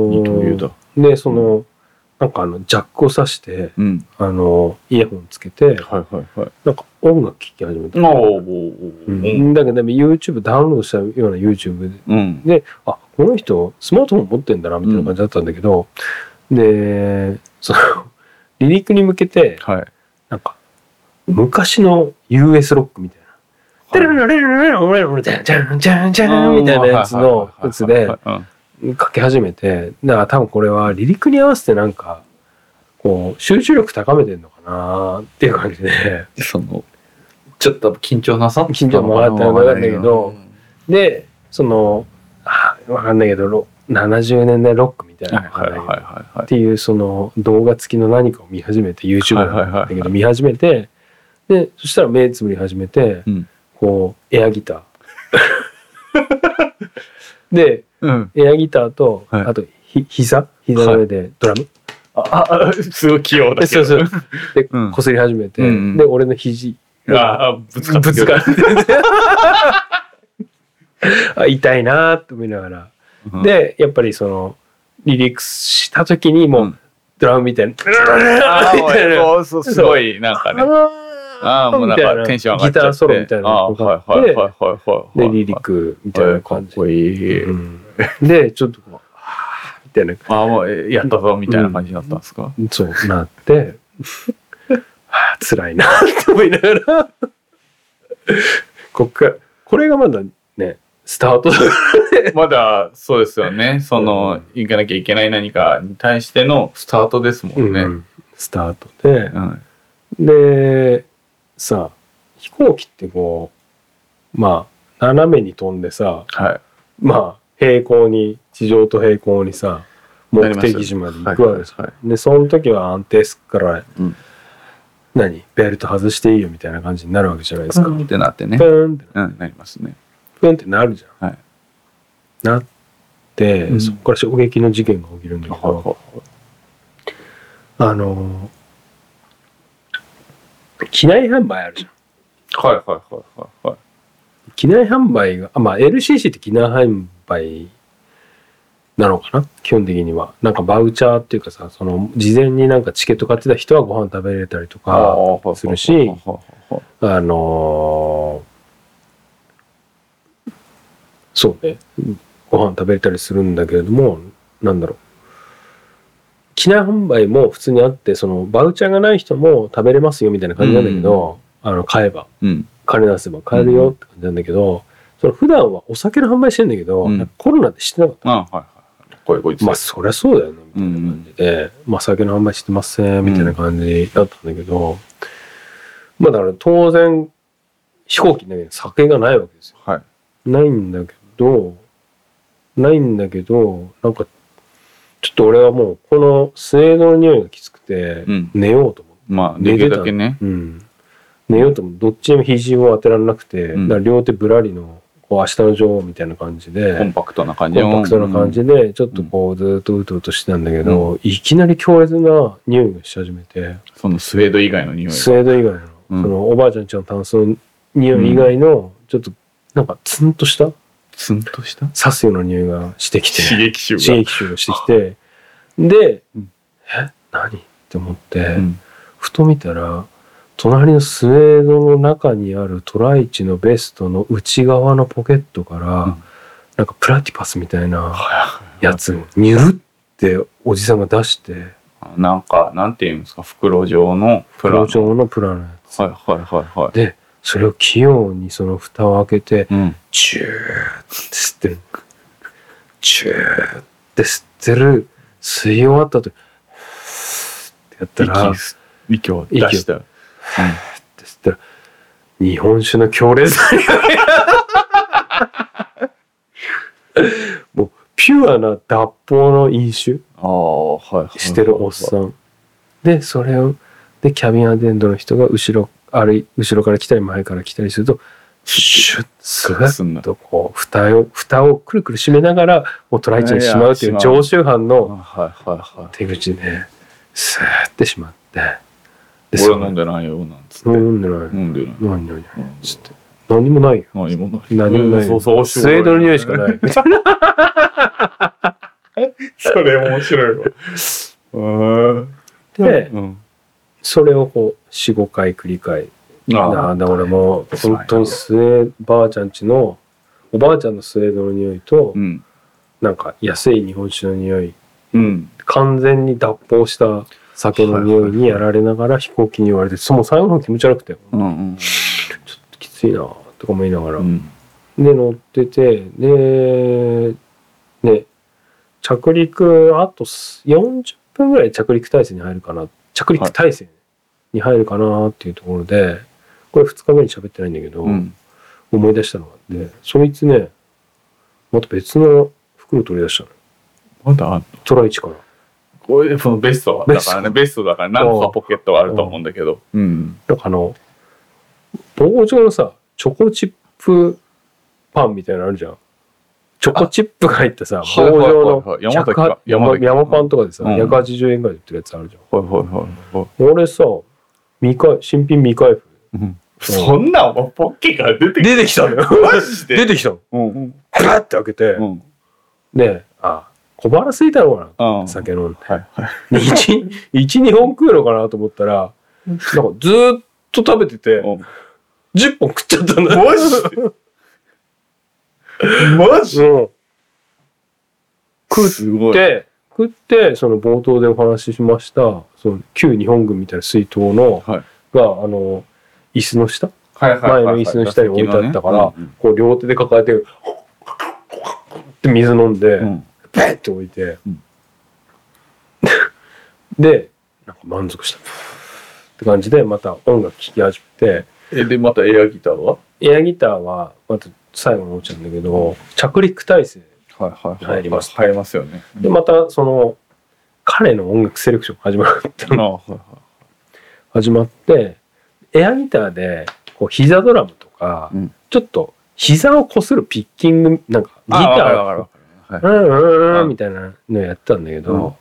なんかジャックを挿して、イヤホンつけて、なんか音楽聴き始めた。だけど、YouTube ダウンロードしたような YouTube で、この人、スマートフォン持ってんだな、みたいな感じだったんだけど、で、離陸に向けて、なんか、昔の US ロックみたいな。みたいなやつのやつで、 書き始めて、だから多分これは離陸に合わせてなんかこう集中力高めてんのかなっていう感じで、 そのちょっと緊張なさって緊張もあったんだけど、でそのわかんないけど70年代ロックみたいなっていうその動画付きの何かを見始めて YouTube なんだけど見始めて、でそしたら目つぶり始めて、こうエアギターで、エアギターと、あと膝の上でドラム、 すごい器用だけど、 そうでこすり始めて、で俺の肘がぶつかって痛いなって思いながら、でやっぱりその離陸した時にもうドラムみたいな、 すごいなんかね、もうなんかテンション上がっちゃって、 ギターソロみたいなのがあって、で離陸みたいな感じでちょっとこうみたいな、 もうやったぞみたいな感じになったんですか？ そうなって辛いなって思いながらこれがまだねスタートまだそうですよね。その行かなきゃいけない何かに対してのスタートですもんね。 スタートで、でさ飛行機ってこうまあ斜めに飛んでさ、まあ平行に地上と平行にさ目的地まで行くわけです。でその時は安定すっから、ベルト外していいよみたいな感じになるわけじゃないですか。 ってなってね。 プンってなりますね。 プンってなるじゃん。なって、そこから衝撃の事件が起きるんだけど、機内販売あるじゃん。機内販売がLCC って機内販売なのかな、基本的には。なんかバウチャーっていうかさ、その事前になんかチケット買ってた人はご飯食べれたりとかするし、そうね、ご飯食べれたりするんだけれども、なんだろう、機内販売も普通にあって、そのバウチャーがない人も食べれますよみたいな感じなんだけど、買えば、金出せば買えるよって感じなんだけど、その普段はお酒の販売してんだけど、コロナでしてなかった。まあそりゃそうだよねみたいな感じで、酒の販売してませんみたいな感じだったんだけど、だから当然飛行機だけど酒がないわけですよ。ないんだけどなんかちょっと俺はもうこのスウェードの匂いがきつくて寝ようと思って、 できるだけね、 寝ようと思って、どっちにも肘を当てられなくて、だから両手ぶらりの明日の女王みたいな感じでコンパクトな感じでちょっとこうずっとうとうとしてたんだけど、いきなり強烈な匂いがし始めて、 そのスウェード以外の匂い、 スウェード以外の、そのおばあちゃんちのタンスの匂い以外のちょっとなんかツンとした刺すような匂いがしてきて、刺激臭がしてきて、で、何って思って、ふと見たら隣のスウェードの中にあるトライチのベストの内側のポケットから、なんかプラティパスみたいなやつをニュルっておじさんが出して、 なんていうんですか、袋状のプラのやつ、でそれを器用にその蓋を開けて、チューって吸ってる、チューって吸ってる、吸い終わった後ってやったら息を出したって吸ったら日本酒の強烈なもうピュアな脱法の飲酒してるおっさんで、それをでキャビンアテンドの人が後ろから来たり前から来たりするとシュッスッとこう蓋をくるくる締めながらもうトライチにしまうっていう常習犯の手口でスーッてしまって、 俺は飲んでないよなんつって、 飲んでないつって何もないよ、何もないスウェードの匂いしかないそれ面白いわ。 で、それをこう 4,5 回繰り返俺も本当にばあちゃんちのおばあちゃんのスウェードの匂いと、なんか安い日本酒の匂い、完全に脱法した酒の匂いにやられながら飛行機に言われて、その最後の方気持ち悪くて、ちょっときついなとか思いながら、で乗ってて、でね着陸あと40分ぐらい着陸態勢に入るかな、着陸態勢に入るかなっていうところで、これ2日目に喋ってないんだけど、思い出したのがあって、そいつねまた別の袋取り出したの。 まだあんの？ トライチから。 これそのベストだからね、ベストだから何個かポケットはあると思うんだけど、 なんか棒状のさチョコチップパンみたいなのあるじゃん。チョコチップが入ったさ棒状の山パンとかでさ、180円ぐらいで売ってるやつあるじゃん。俺さ新品未開封、 そんなんポッケから出てきたのよ。マジで出てきたの。パッて開けて、で小腹空いたのかな、酒飲んで、12本食うのかなと思ったら、なんかずーっと食べてて、10本食っちゃったんだ。 マジでマジ、 食ってその冒頭でお話ししましたその旧日本軍みたいな水筒の、が椅子の下、前の椅子の下に置いてあったから、こう両手で抱えてって水飲んで、ペッて置いて、でなんか満足したって感じでまた音楽聴き始めて、 でまたエアギターはまた最後に落ちちゃうんだけど、着陸態勢に入ります。 入りますよね。 でまたその彼の音楽セレクション始まってエアギターでこう膝ドラムとか、ちょっと膝をこするピッキングなんかギターみたいなのやってたんだけど、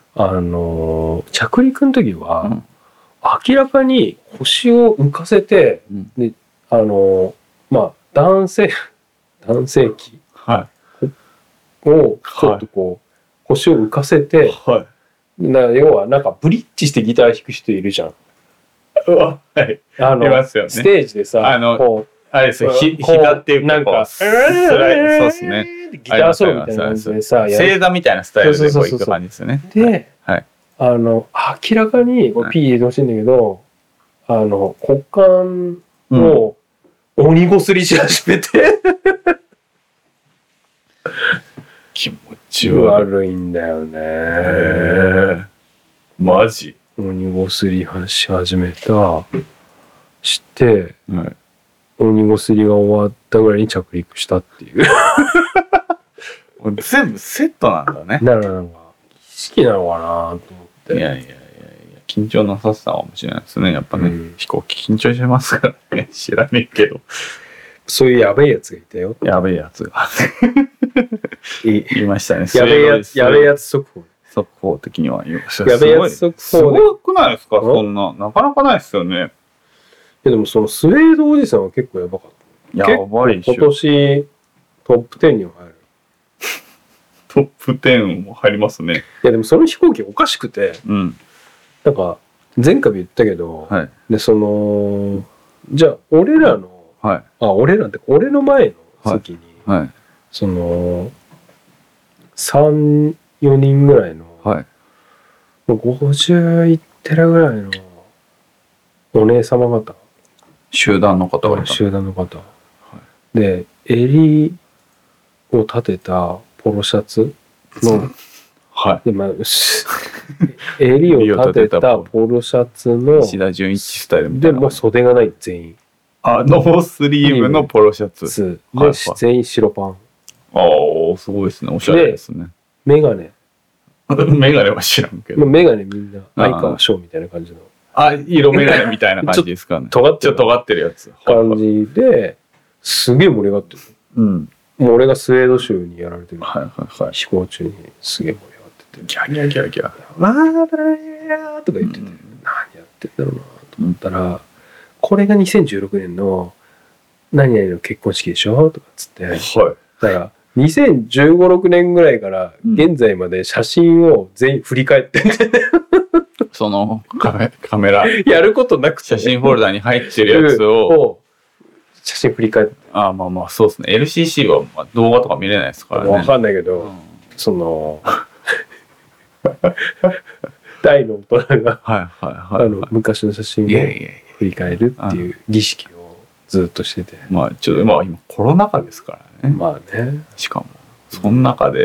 着陸の時は、明らかに腰を浮かせて、で男性器をちょっとこう腰を浮かせて、要はなんかブリッジしてギター弾く人いるじゃん。 いますよね。 ステージでさこうあれですよ、ひだっていうか、 なんかそうですね。 ギターソロみたいな感じでさ、 正座みたいなスタイルでこういく感じですよね。 で、明らかにこれ P 入れてほしいんだけど、股間を鬼ごすりし始めて、 気持ち悪いんだよね。 マジ？ 鬼ごすりし始めたして、鬼ごすりが終わったぐらいに着陸したっていう。 全部セットなんだね。 だからなんか儀式なのかなと思って。 いや緊張なささかもしれないですね。やっぱね、飛行機緊張しますからね。知らねえけど。 そういうやべえやつがいたよ。 やべえやつが言いましたね。 やべえやつ速報。 速報的には言いました。 やべえやつ速報すごくないですか？そんななかなかないですよね。 でもそのスウェードおじさんは結構やばかった。 やばいし。 今年トップ10には入る。 トップ10も入りますね。 いやでもその飛行機おかしくて、なんか前回も言ったけど、でそのじゃあ俺らの、俺らって俺の前の席に、その3、4人ぐらいの、50いってるぐらいのお姉様方、 集団の方がいた。 集団の方、で襟を立てたポロシャツので、襟を立てたポロシャツの石田純一スタイルみたいな。 でもう袖がない全員。 ノースリーブのポロシャツ。 で、全員白パン。 すごいですね。おしゃれですね。 メガネ。 メガネは知らんけど。 メガネみんな相川翔みたいな感じの。 色メガネみたいな感じですかね。ちょっと尖ってるやつ。 感じですげえ盛り上がってる。もう俺がスウェード州にやられてる飛行中にすげえ盛り上がってて、 ギャギャギャギャわーだらーとか言ってて、何やってんだろうなと思ったら、これが2016年の何々の結婚式でしょとかっつって、だから2015、6年ぐらいから現在まで写真を全員振り返ってんで、 そのカメラやることなくて写真フォルダに入ってるやつを写真振り返って、 そうですね。 LCC は動画とか見れないですからね。 分かんないけど、その大の大人が昔の写真を振り返るっていう儀式をずっとしてて、 ちょっと今コロナ禍ですからね。 ね。 しかもその中で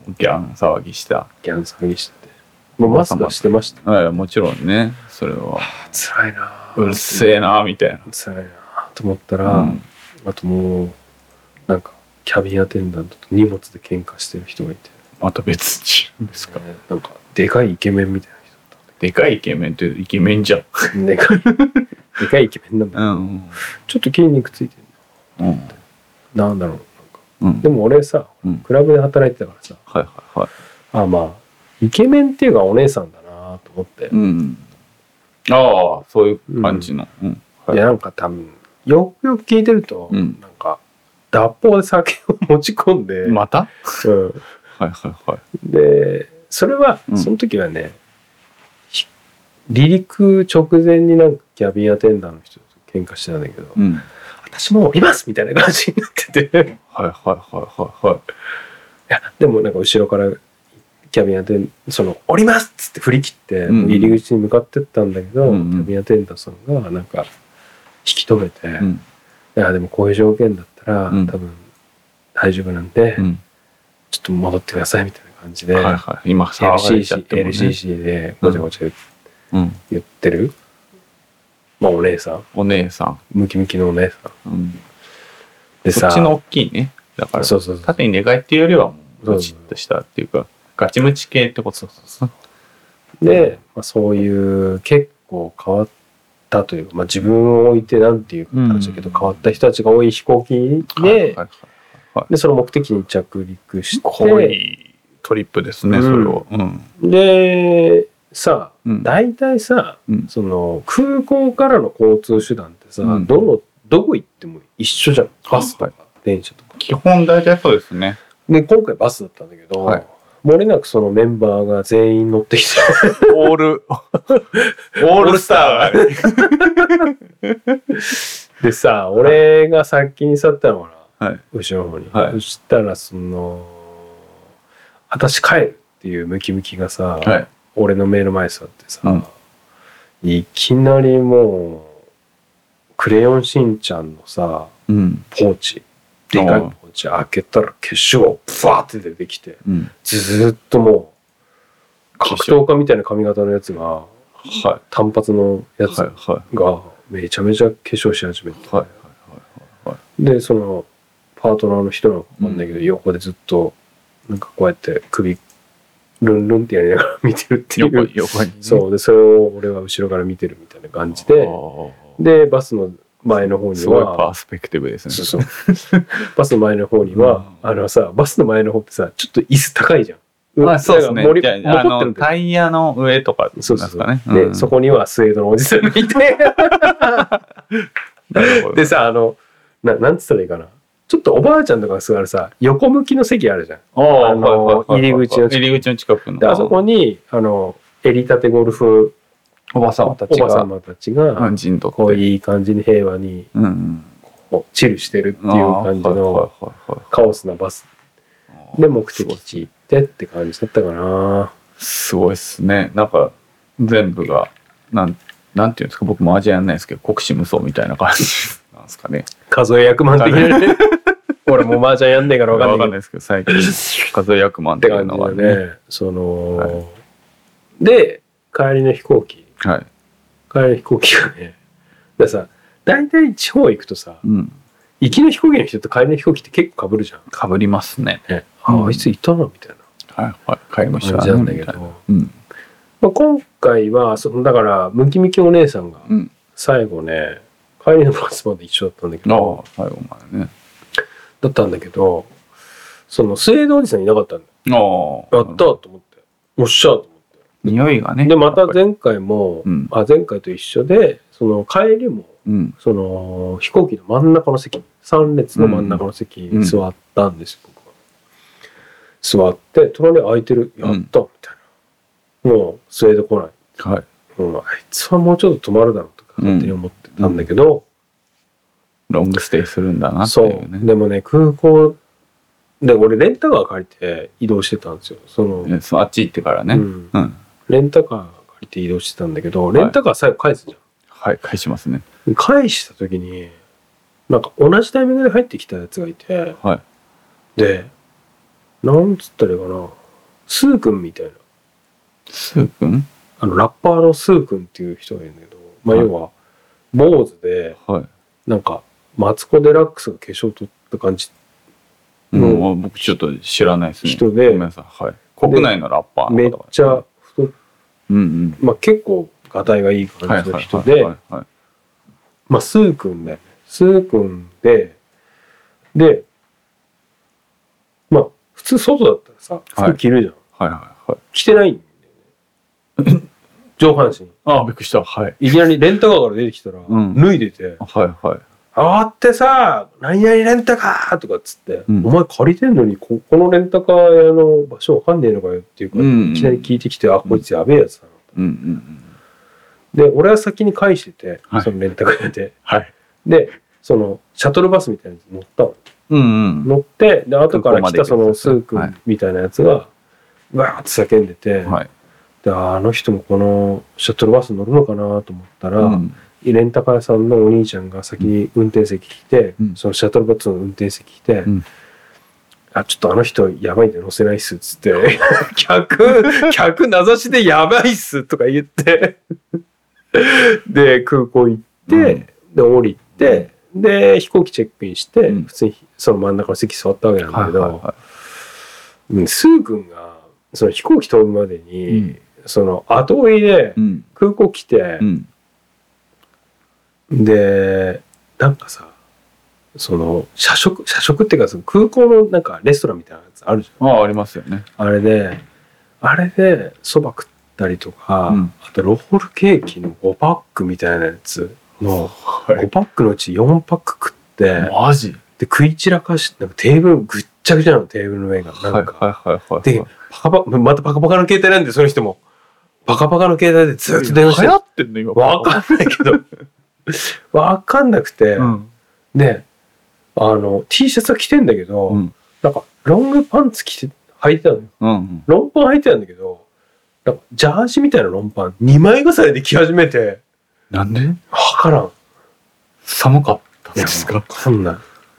ギャン騒ぎした。 ギャン騒ぎしてて。もうマスクはしてました。 はい、もちろんね、それは。 辛いな。 うるせえなみたいな。 辛いなと思ったら、あともうなんかキャビンアテンダントと荷物で喧嘩してる人がいて。 また別人ですか。 なんかでかいイケメンみたいな人だった。 でかいイケメンってイケメンじゃん。 でかいイケメンなんだけど、ちょっと筋肉ついてるな。なんだろうなんか。でも俺さ、クラブで働いてたからさ。 はいはいはい。 あ、まあイケメンっていうかお姉さんだなと思って。 ああ、そういう感じの。 いやなんか多分よくよく聞いてると、なんか脱法で酒を持ち込んで。 また？はいはいはい。 でそれは、その時はね離陸直前になんかキャビンアテンダーの人と喧嘩してたんだけど、私もういますみたいな感じになっててはいはいはいはい。いやでもなんか後ろからキャビンアテンその降りますっつって振り切って入り口に向かってったんだけど、キャビンアテンダーさんがなんか引き止めて、いやでもこういう条件だったら、多分大丈夫なんで、ちょっと戻ってくださいみたいな感じで、 今騒がれちゃってもね LCC でごちゃごちゃ言ってる、まあお姉さんムキムキのお姉さん、でさ、 そっちの大きいね、だから縦に寝返っていうよりはもうムチッとしたっていうかガチムチ系ってことで、そういう結構変わったというか、自分を置いてなんていうか話だけど変わった人たちが多い飛行機で、でその目的に着陸して濃いトリップですね、それを。 でさ、大体さ、その空港からの交通手段ってさ、どこ行っても一緒じゃん。バスとか電車とか。 基本大体そうですね。 で今回バスだったんだけど、漏れなくそのメンバーが全員乗ってきてオールスターでさ、俺が先に去ったのかな、後ろの方に、そしたらその私帰るっていうムキムキがさ、俺の目の前に座ってさ、いきなりもうクレヨンしんちゃんのさ、ポーチでかいポーチ開けたら化粧がブワーって出てきて、ずっともう格闘家みたいな髪型のやつが、単発のやつがめちゃめちゃ化粧し始めて、でそのパートナーの人なのか分かんないけど、横でずっとなんかこうやって首ルンルンってやりながら見てるっていう、 横に、 そうでそれを俺は後ろから見てるみたいな感じで、でバスの前の方にはすごいパースペクティブですね。 そうバスの前の方には、バスの前の方ってさちょっと椅子高いじゃん。 そうですね。タイヤの上とかですかね。 でそこにはスエードのおじさんがいてでさなんつったらいいかな、ちょっとおばあちゃんとかが座るさ横向きの席あるじゃん。入り口の近くの。 であそこに襟立てゴルフおばさまたちがこういい感じに平和にチルしてるっていう感じのカオスなバスで目的地行ってって感じだったかな。 すごいっすね。なんか全部がなんていうんですか、僕も味やんないですけど国士無双みたいな感じなんですかね。 数え役満的なね。俺も麻雀やんねえから分かんないですけど最近数え役満っていうのはね。 で帰りの飛行機。帰りの飛行機がね。ださ大体地方行くとさ、行きの飛行機の人と帰りの飛行機って結構被るじゃん。 被りますね。 あいついたなみたいな。帰りましたなんだけど。今回はだからムキムキお姉さんが最後ね帰りのバスまで一緒だったんだけど、 最後までねだったんだけど、そのスエードおじさんいなかったんだよ。やったと思って、おっしゃと思って。 匂いがね。 でまた前回も前回と一緒でその帰りもその飛行機の真ん中の席、3列の真ん中の席に座ったんですよ、僕は。座って隣空いてる、やったみたいな。もうスエード来ない。あいつはもうちょっと止まるだろうとか勝手に思ってたんだけど、 ロングステイするんだなっていうね。 でもね空港で俺レンタカー借りて移動してたんですよ。 あっち行ってからね。 レンタカー借りて移動してたんだけど、レンタカー最後返すじゃん。 返しますね。 返した時になんか同じタイミングで入ってきたやつがいて、でなんつったらいいかな、 スー君みたいな。 スー君？ ラッパーのスー君っていう人がいるんだけど、まあ要は坊主で、 はい、 なんかマツコ・デラックスが化粧取った感じの、僕ちょっと知らないですね。 人で、 ごめんなさい。はい。国内のラッパーの方、 めっちゃ太っ、まあ結構ガタイがいい感じの人で、まあスー君だよね。スー君で、まあ普通外だったらさ、服着るじゃん。着てないんだよね。上半身。 ああ、びっくりした。はい。 いきなりレンタカーから出てきたら、脱いでて、あってさ、何々レンタカーとかっつって、お前借りてんのにこのレンタカー屋の場所わかんねえのかよっていうか、いきなり聞いてきて、あ、こいつやべえやつだな。で、俺は先に返してて、そのレンタカー屋で。で、そのシャトルバスみたいなやつ乗ったの。乗って、で、後から来たそのスー君みたいなやつが、わーって叫んでて、で、あの人もこのシャトルバス乗るのかなと思ったら、レンタカー屋さんのお兄ちゃんが先に運転席来て、そのシャトルバスの運転席来て、あ、ちょっとあの人やばいんで乗せないっすっつって、客名指しでやばいっすとか言って、で、空港行って、で、降りて、で、飛行機チェックインして、普通にその真ん中の席座ったわけなんだけど、スー君が、その飛行機飛ぶまでに、その後追いで空港来て、で、なんかさ、その社食っていうか、その空港のなんかレストランみたいなやつあるじゃん。 ありますよね。 あれでそば食ったりとか、あとロールケーキの5パックみたいなやつの5パックのうち4パック食って、 マジで食い散らかして、なんかテーブルぐっちゃぐちゃなの、テーブルの上がなんか、でまたパカパカの携帯なんで、その人もパカパカの携帯でずっと電話して、 流行ってんの今。 わかんないけどわかんなくて、でT シャツは着てんだけど、なんかロングパンツ履いてたのよ。ロンパン履いてたんだけど、なんかジャージみたいなロンパン2枚重ねで着始めて。 なんで？ わからん。 寒かったですか？ わかんない。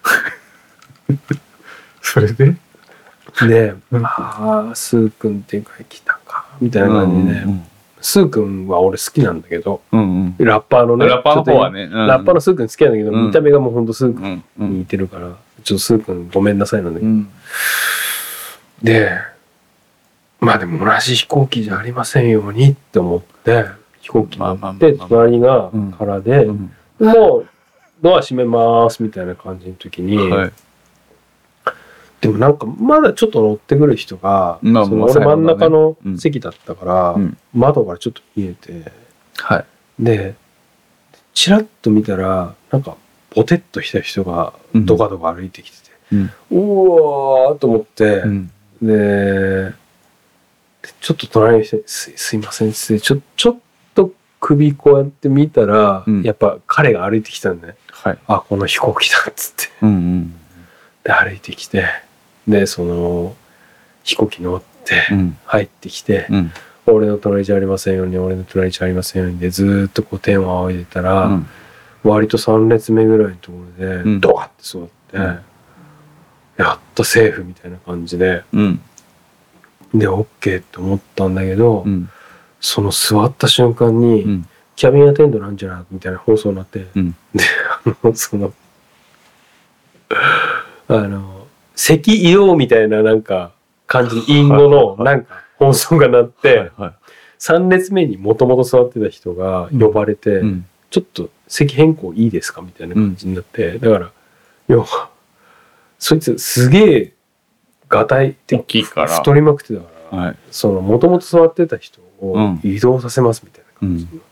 それで？ で、ああ、スー君っていうか来たかみたいな感じで、スー君は俺好きなんだけど、ラッパーのね、 ラッパーの方はね、 ラッパーのスー君好きなんだけど、見た目がもうほんとスー君に似てるから、ちょっとスー君ごめんなさいなんだけど、で、まあでも同じ飛行機じゃありませんようにって思って飛行機乗って隣が空で、もうドア閉めますみたいな感じの時に、でもなんかまだちょっと乗ってくる人が、俺真ん中の席だったから、窓からちょっと見えて、でチラッと見たらなんかポテッとした人がドカドカ歩いてきてて、うわーと思って、でちょっと隣の人にすいませんってちょっと首こうやって見たら、やっぱ彼が歩いてきたんで、あ、この飛行機だっつって、で歩いてきて、でその飛行機乗って入ってきて、俺の隣じゃありませんように、俺の隣じゃありませんようにでずーっとこう天を仰いでたら、割と3列目ぐらいのところでドカッて座って、やっとセーフみたいな感じで、で OK って思ったんだけど、その座った瞬間に、キャビンアテンドなんじゃないみたいな放送になって、でその席移動みたいななんか感じの隠語のなんか放送が鳴って、3列目にもともと座ってた人が呼ばれて、ちょっと席変更いいですかみたいな感じになって、だから要はそいつすげえガタイ大きいから太りまくってたから、そのもともと座ってた人を移動させますみたいな感じになって、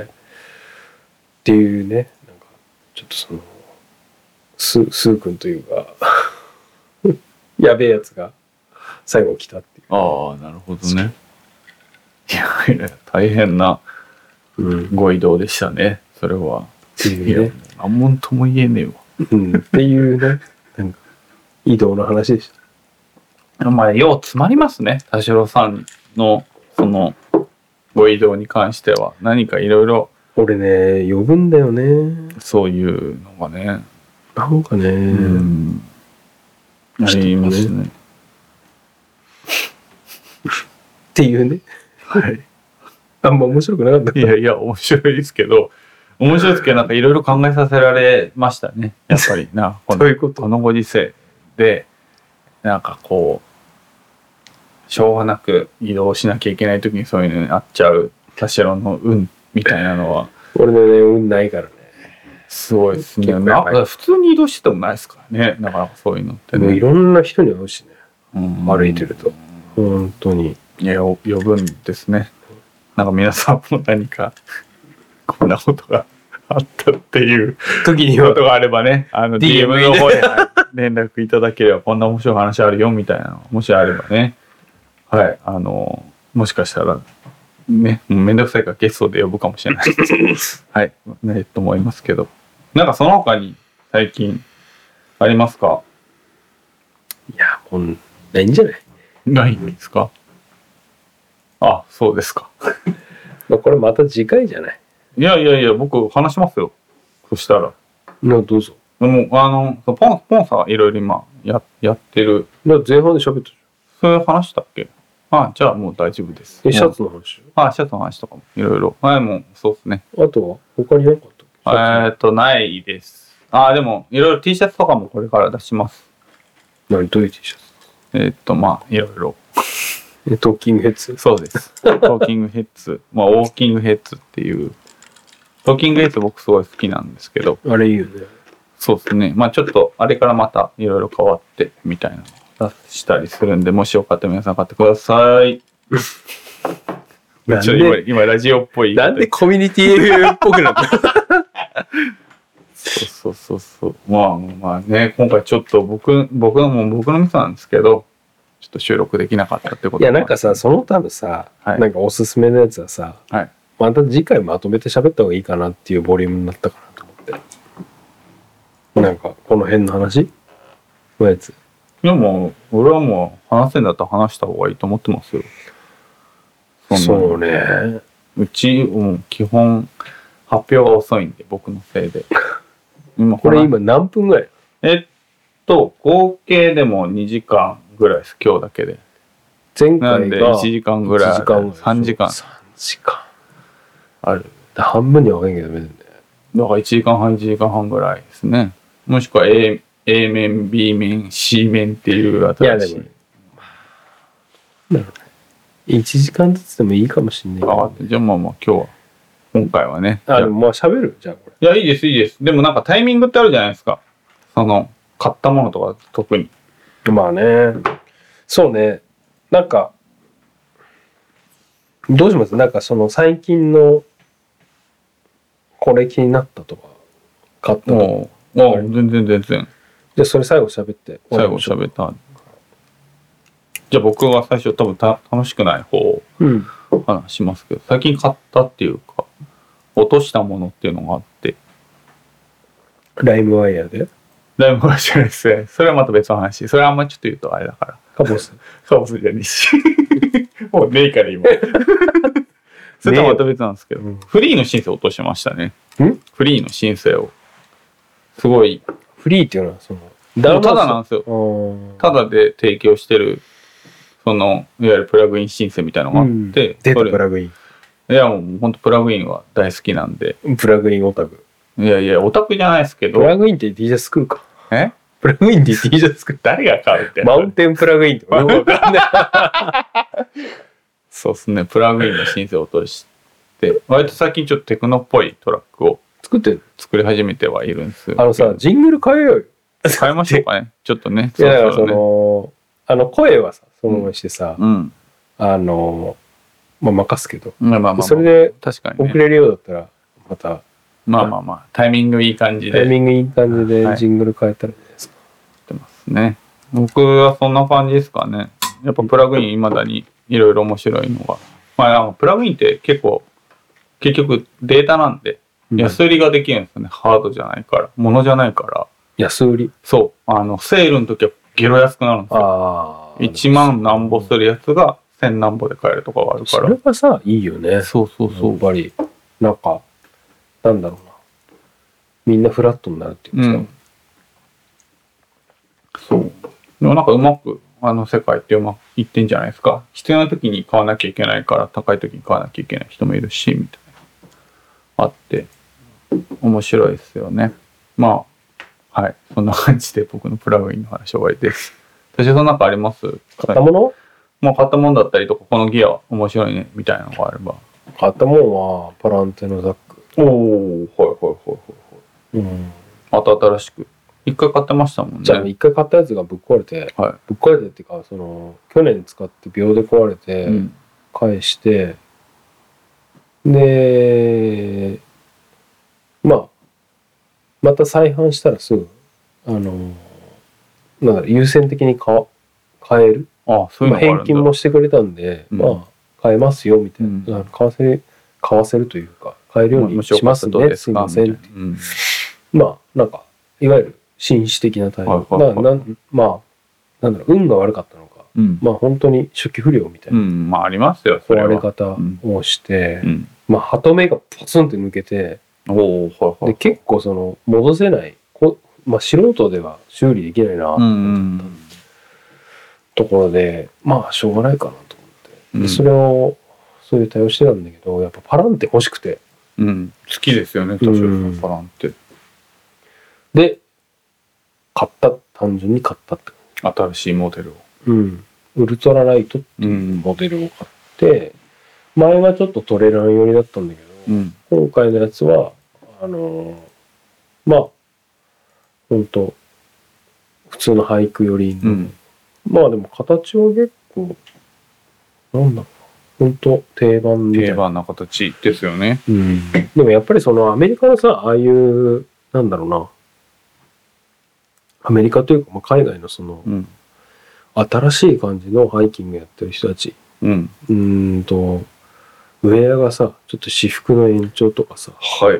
っていうね、なんかちょっとそのスー君というかやべえやつが最後来たっていう。 ああ、なるほどね。いや大変なご移動でしたね、それは。 っていうね。 何もとも言えねえわ。 っていうね、なんか移動の話でした。 まあよう詰まりますね、田代さんのそのご移動に関しては。何かいろいろ俺ね呼ぶんだよね、 そういうのがね。 なんかね、 ありますね。 っていうね。 はい。 あんま面白くなかった。 いやいや、面白いですけど、なんかいろいろ考えさせられましたね。やっぱりな、 どういうこと？ このご時世で、なんかこう、しょうがなく移動しなきゃいけない時にそういうのにあっちゃう、田代の運みたいなのは。 俺のね、運ないからね。 すごいですね。普通に移動しててもないですからね。なかなかそういうのってね。 いろんな人に会うしね。歩いてると。本当に。 いや、呼ぶんですね。なんか皆さんも何か、こんなことがあったっていう時にはことがあればね、DM の方で連絡いただければ、こんな面白い話あるよみたいなのもしあればね。はい。もしかしたら、ね、めんどくさいからゲストで呼ぶかもしれない。はい。ね、と思いますけど。なんかその他に最近ありますか？ いや、もうないんじゃない？ ないんですか？あ、そうですか。 これまた次回じゃない？ いや、僕話しますよ。そしたら。 どうぞ。 でも、ポンさんいろいろ今やってる。 前半で喋ったじそれ話したっけ？あ、じゃあもう大丈夫です。 ゃん。シャツの話？ シャツの話とかもいろいろ。はい、もうそうですね。 あとは他になかった？ ないです。でもいろいろ T シャツとかもこれから出します。 どういう T シャツ？ いろいろ。 トーキングヘッズ？ そうです。トーキングヘッズ。ウォーキングヘッズっていう。トーキングヘッズ僕すごい好きなんですけど。 あれいいよね。 そうですね。ちょっとあれからまたいろいろ変わってみたいなの出したりするんで、もしよかったら皆さん買ってください。今ラジオっぽい。 なんでコミュニティっぽくなった？ そう。まあね、今回ちょっと僕のミスなんですけど、ちょっと収録できなかったってこと。 いや、なんかさ、そのためさ、なんかおすすめのやつはさ、また次回まとめて喋った方がいいかなっていうボリュームになったかなと思って。なんか、この辺の話のやつ。 でも、俺はもう話せんだったら話した方がいいと思ってますよ。 そうね。 うち、基本、発表が遅いんで、僕のせいで。 これ今何分ぐらい？ 合計でも2時間ぐらいです、今日だけで。 前回が 1時間ぐらい。3時間。 3時間。 ある。 半分には分けんけどね。 だから1時間半、1時間半ぐらいですね。もしくは A 面、B 面、C 面っていう新しい。 いやでも、1時間ずつでもいいかもしんないけど、 じゃあまあ今回はね。 でも喋る？じゃあこれ。いや、いいです。でもなんかタイミングってあるじゃないですか。買ったものとか特に。 まあね。そうね。なんか、どうします？なんか最近のこれ気になったとか、買ったとか。 全然。じゃあそれ最後喋って。 最後喋った。じゃあ僕は最初多分楽しくない方を話しますけど、最近買ったっていうか、落としたものっていうのがあって。 ライムワイヤーで？ ライムワイヤーじゃないですね。それはまた別の話。それはあんまちょっと言うとあれだから。 カボスじゃねえし。もうねえから今。それとはまた別なんですけど、フリーの申請を落としましたね。フリーの申請を。すごい。 フリーっていうのはただなんですよ。ただで提供してる、いわゆるプラグイン申請みたいなのがあって。 出たプラグイン。 いやもう本当プラグインは大好きなんで。 プラグインオタク。 いや、オタクじゃないですけど。 プラグインって T シャツ作るか。 プラグインって T シャツ作る。誰が買うって。 マウンテンプラグインってよくわかんない。 そうですね。プラグインの申請を落として、割と最近ちょっとテクノっぽいトラックを作り始めてはいるんです。 ジングル変えようよ。 変えましょうかね。ちょっとね。 いや、だから声はさ、そのまましてさ、任すけど。それで遅れるようだったら、また。 まあ、タイミングいい感じで。 タイミングいい感じでジングル変えたらいいですか。 やってますね。僕はそんな感じですかね。やっぱプラグイン未だにいろいろ面白いのが。プラグインって結局データなんで、安売りができるんですよね。ハードじゃないから。物じゃないから。 安売り？ そう。セールの時はゲロ安くなるんですよ。1万何ぼするやつが1000何ぼで買えるとかがあるから。 それがさ、いいよね。 そう。 やっぱり、なんか、なんだろうな。みんなフラットになるっていうかさ。 そう。でもなんかうまく世界ってうまくいってんじゃないですか。必要な時に買わなきゃいけないから高い時に買わなきゃいけない人もいるしみたいなあって面白いですよね。まあはい、そんな感じで僕のプラグインの話終わりです。私はなんかあります？ 買ったもの？ まあ買ったものだったりとかこのギア面白いねみたいなのがあれば。 買ったものはパランテのザック。 おお、はいはいはいはいはい。うん。また新しく。一回買ってましたもんね。 じゃあ一回買ったやつがぶっ壊れて、 はい、 ぶっ壊れてっていうか去年使って秒で壊れて、うん、返してでまた再販したらすぐ優先的に買える。 そういうのがあるんだ。 返金もしてくれたんで、うん、買えますよみたいな、うん、買わせるというか買えるようにしますね、すいませんって、うん、なんかいわゆる紳士的な対応、運が悪かったのか、うん、本当に初期不良みたいな、 ありますよ壊れ方をして、ハトメがポツンって抜けて、で結構戻せない、素人では修理できないなと思ったところで、しょうがないかなと思って、でそれをそういう対応してたんだけど、やっぱパランテ欲しくて、 好きですよね、確かにパランテ。 で単純に買ったって新しいモデルを、 ウルトラライトっていうモデルを買って、前はちょっとトレラン寄りだったんだけど、今回のやつは本当普通のハイク寄りの、でも形は結構本当定番みたいな。 定番な形ですよね。 でもやっぱりアメリカのさ、ああいうアメリカというか、海外の新しい感じのハイキングやってる人たち、ウェアがさ、ちょっと私服の延長とかさ、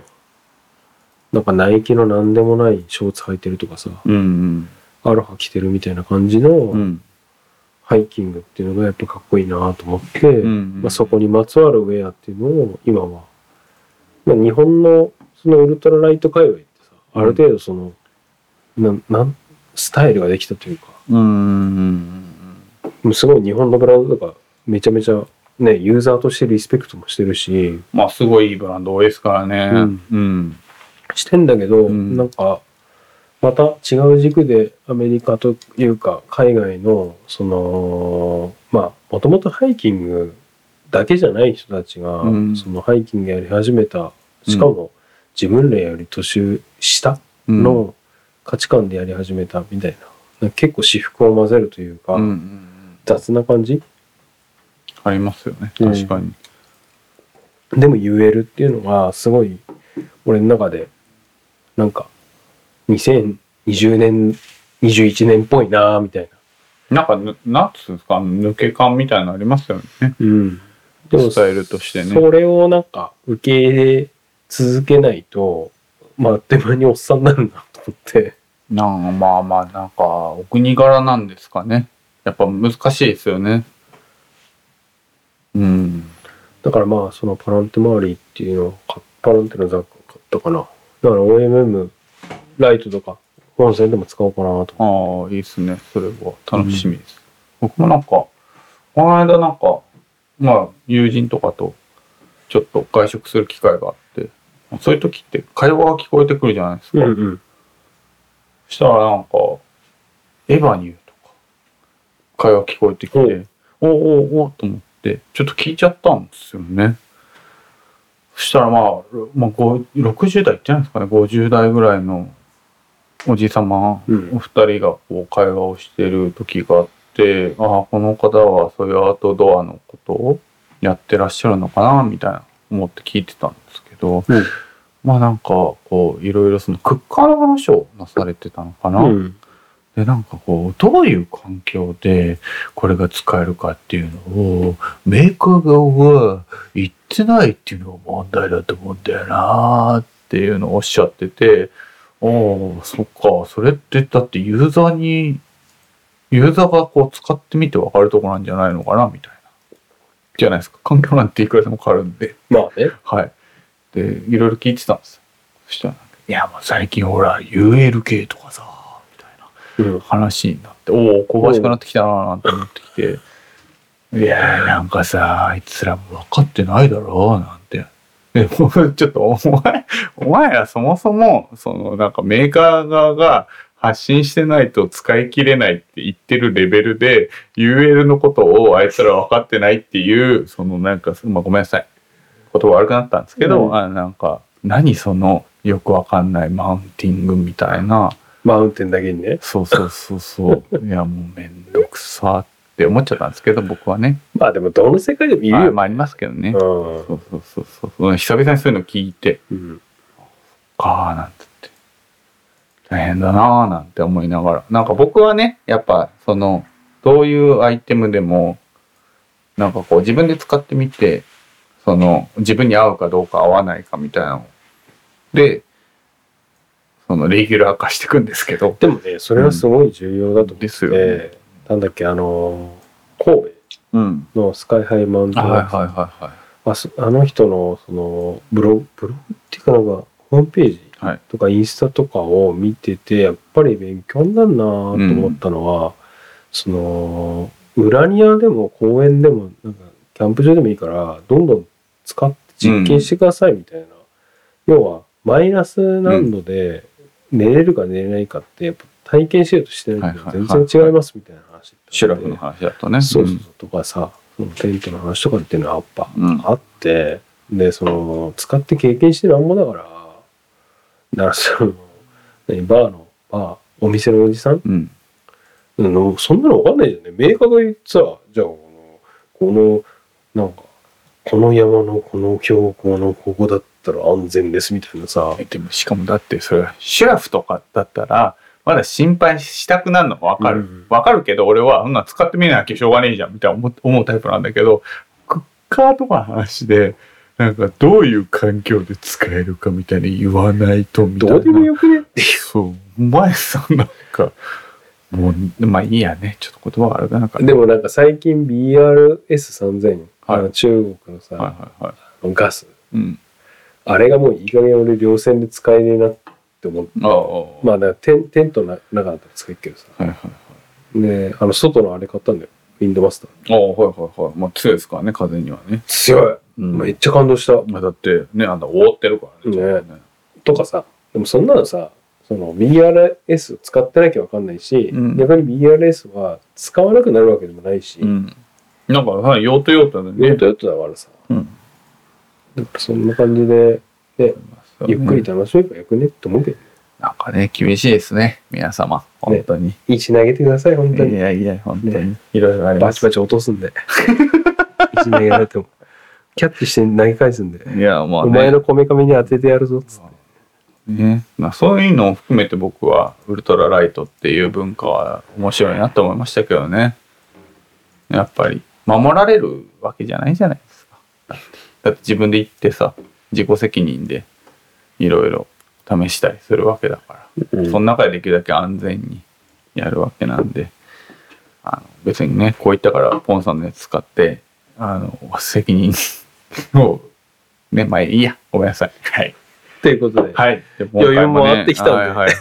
ナイキのなんでもないショーツ履いてるとかさ、アロハ着てるみたいな感じのハイキングっていうのがやっぱかっこいいなと思って、そこにまつわるウェアっていうのを今は、日本のウルトラライト界隈ってさ、ある程度スタイルができたというか、すごい日本のブランドとかめちゃめちゃね、ユーザーとしてリスペクトもしてるし、 すごいいいブランド多いですからね。 してんだけど、また違う軸でアメリカというか海外のもともとハイキングだけじゃない人たちが、ハイキングやり始めた、しかも自分らより年下の価値観でやり始めたみたいな、結構私服を混ぜるというか、雑な感じありますよね、確かに。 でも言えるっていうのがすごい俺の中で2020年21年っぽいなみたいな。なんつうんですか、抜け感みたいなのありますよね。でもスタイルとしてね。 それを受け入れ続けないと、あっという間におっさんになるなと思って。 お国柄なんですかね。やっぱ難しいですよね。 だからパランテ周りっていうのをパランテのザックを買ったかな。だから OMM ライトとか本線でも使おうかなと。 いいですね。それは楽しみです。僕もこの間友人とかとちょっと外食する機会があって、そういう時って会話が聞こえてくるじゃないですか。そしたらエヴァニューとか会話聞こえてきて、おと思ってちょっと聞いちゃったんですよね。そしたら60代ってないですかね、50代ぐらいのおじさまお二人が会話をしてる時があって、この方はそういうアウトドアのことをやってらっしゃるのかなみたいな思って聞いてたんですけど、いろいろクッカーの話をなされてたのかな。でどういう環境でこれが使えるかっていうのをメーカー側が言ってないっていうのが問題だと思うんだよなっていうのをおっしゃってて、そっか、それってだってユーザーが使ってみて分かるとこなんじゃないのかなみたいなじゃないですか。環境なんていくらでも変わるんで。はい。でいろいろ聞いてたんですよ。そしたらいや最近ほら ULK とかさみたいな話になって、おお香ばしくなってきたななんて思ってきて、いやなんかさあいつらも分かってないだろうなんて。でもちょっとお前らそもそもそのなんかメーカー側が発信してないと使い切れないって言ってるレベルで UL のことをあいつら分かってないっていうそのなんか、まあ、ごめんなさい言葉悪くなったんですけど、なんか何そのよくわかんないマウンティングみたいな。 マウンテンだけにね。 そういやもうめんどくさって思っちゃったんですけど僕はね。 まあでもどの世界でもいるよ。 まあありますけどね。そう久々にそういうの聞いて、かあなんつって大変だなーなんて思いながら、なんか僕はねやっぱそのどういうアイテムでもなんかこう自分で使ってみてその自分に合うかどうか合わないかみたいなのでそのレギュラー化していくんですけど、 でもねそれはすごい重要だと思って、 ですよね。 なんだっけ神戸のスカイハイマウント、あの人のそのブログっていうかなんかホームページとかインスタとかを見ててやっぱり勉強になるなと思ったのは、その裏庭でも公園でもなんかキャンプ場でもいいからどんどん使って実験してくださいみたいな、要はマイナス何度で寝れるか寝れないかってやっぱ体験してるとしてないと全然違いますみたいな話。 シュラフの話だとね。 そうとかさ、そのテントの話とかっていうのはやっぱあって、でその使って経験してなんぼだからそのバーお店のおじさん、そんなの分かんないじゃんね。メーカーが言ってさ、じゃあこのなんかこの山のこの標高のここだったら安全ですみたいなさ。 でもしかもだってそれはシュラフとかだったらまだ心配したくなるの分かる、分かるけど俺はそんな使ってみなきゃしょうがねえじゃんみたいな思うタイプなんだけど、クッカーとかの話でなんかどういう環境で使えるかみたいに言わないとみたいな。 どうでもよくねっていう。 そうお前さんなんかもうまあいいやね、ちょっと言葉悪くなかった。 でもなんか最近 BRS3000、中国のさ、ガス、あれがもういい加減俺稜線で使えねえなって思って、まあだからテントの中だったら使えるけどさ、で外のあれ買ったんだよ、ウィンドマスター。 まあ強いですからね、風にはね。 強い、めっちゃ感動した。 だってね覆ってるからね。 とかさ、でもそんなのさその BRS を使ってなきゃ分かんないし、逆に BRS は使わなくなるわけでもないし、 なんか用途用途だね。 用途用途だからさ、なんかそんな感じで、ゆっくり楽しめばよくねって思うけどね。 なんかね厳しいですね皆様本当に。 石投げてください本当に。 いや本当にいろいろあります。 バチバチ落とすんで石投げられてもキャッチして投げ返すんで、いやまあお前のこめかみに当ててやるぞっつって。 まあそういうのを含めて僕はウルトラライトっていう文化は面白いなと思いましたけどね。やっぱり守られるわけじゃないじゃないですか。だって自分で行ってさ自己責任でいろいろ試したりするわけだから、その中でできるだけ安全にやるわけなんで、別にねこういったからポンさんのやつ使って責任をねまあいいやごめんなさい。はいということで、 はい、 余裕もあってきたんで、こ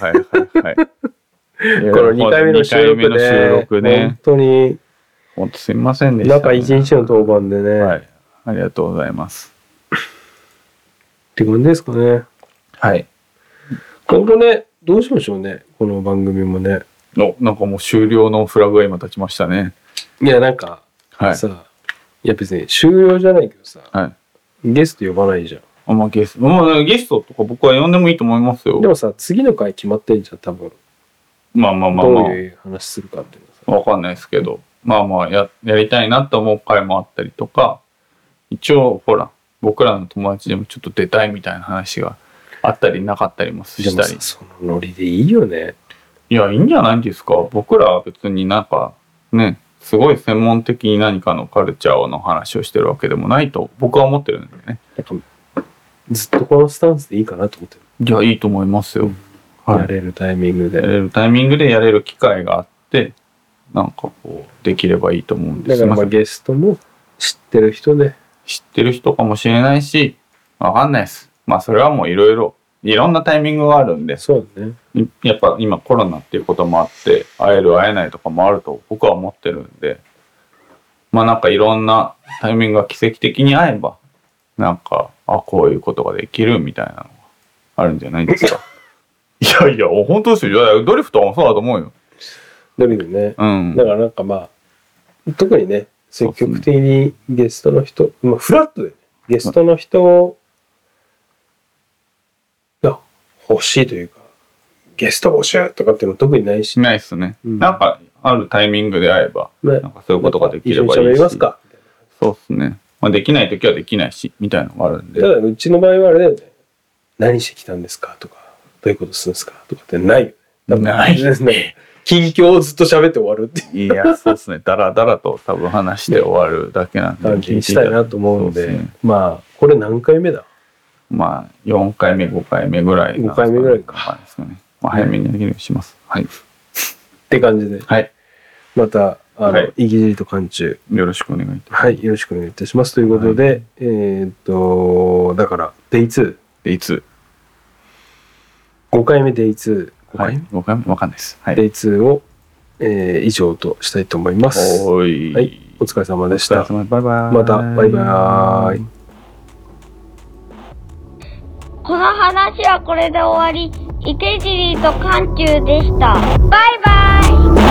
の2回目の収録ね、 本当すみませんでした。 中1日の当番でね、 はい、ありがとうございます。 って感じですかね。 はい。 本当ね、どうしましょうね、この番組もね。 なんかもう終了のフラグが今立ちましたね。 いやなんか、さ、いや別に終了じゃないけどさ、ゲスト呼ばないじゃん。 ゲストとか僕は呼んでもいいと思いますよ。 でもさ次の回決まってんじゃん多分。 まあどういう話するかっていうのはさ。わかんないですけど、まあやりたいなと思う回もあったりとか、一応ほら僕らの友達でもちょっと出たいみたいな話があったりなかったりもしたり。でもそのノリでいいよね。 いやいいんじゃないですか。僕らは別になんかねすごい専門的に何かのカルチャーの話をしてるわけでもないと僕は思ってるんでね。 ずっとこのスタンスでいいかなと思ってる。 いやいいと思いますよ。 やれるタイミングで。 やれる機会があってなんかこうできればいいと思うんです。 だからゲストも知ってる人かもしれないしわかんないです。まあそれはもういろいろいろんなタイミングがあるんで、 そうね。 やっぱ今コロナっていうこともあって、会える会えないとかもあると僕は思ってるんで、まあなんかいろんなタイミングが奇跡的に合えば、なんか、こういうことができるみたいなのがあるんじゃないですか。いやいや、本当ですよ。いやドリフトはそうだと思うよ。 ドリフね。 うん。 だからなんかまあ、特にね、積極的にゲストの人、まあフラットで、ね、ゲストの人が欲しいというか、ゲスト募集とかっていうの特にないし。 ないっすね。なんか、あるタイミングで会えば、なんかそういうことができればいいし。 一緒に喋りますか？ そうっすね。まあできないときはできないし、みたいなのがあるんで。 ただうちの場合はあれだよね。何してきたんですかとか、どういうことするんですかとかってないよね。 ないですね。近況をずっと喋って終わるっていう。 いや、そうですね。だらだらと多分話して終わるだけなんで。 感じにしたいなと思うんで、まあ、これ何回目だ？ まあ、4回目、5回目ぐらい。 5回目ぐらいか。 ですかね。まあ、早めにできるようにします。はい。 って感じで。 はい。 また、いぎじりと寒中。 よろしくお願いいたします。 はい、よろしくお願いいたします。ということで、だから、デイ2。 デイ2。 5回目デイ2。 5回目わかんないです。 デイ2を、以上としたいと思います。はい。お疲れ様でした。 お疲れ様。バイバイ。 また、バイバイ。 この話はこれで終わり。池尻と寒中でした。バイバイ。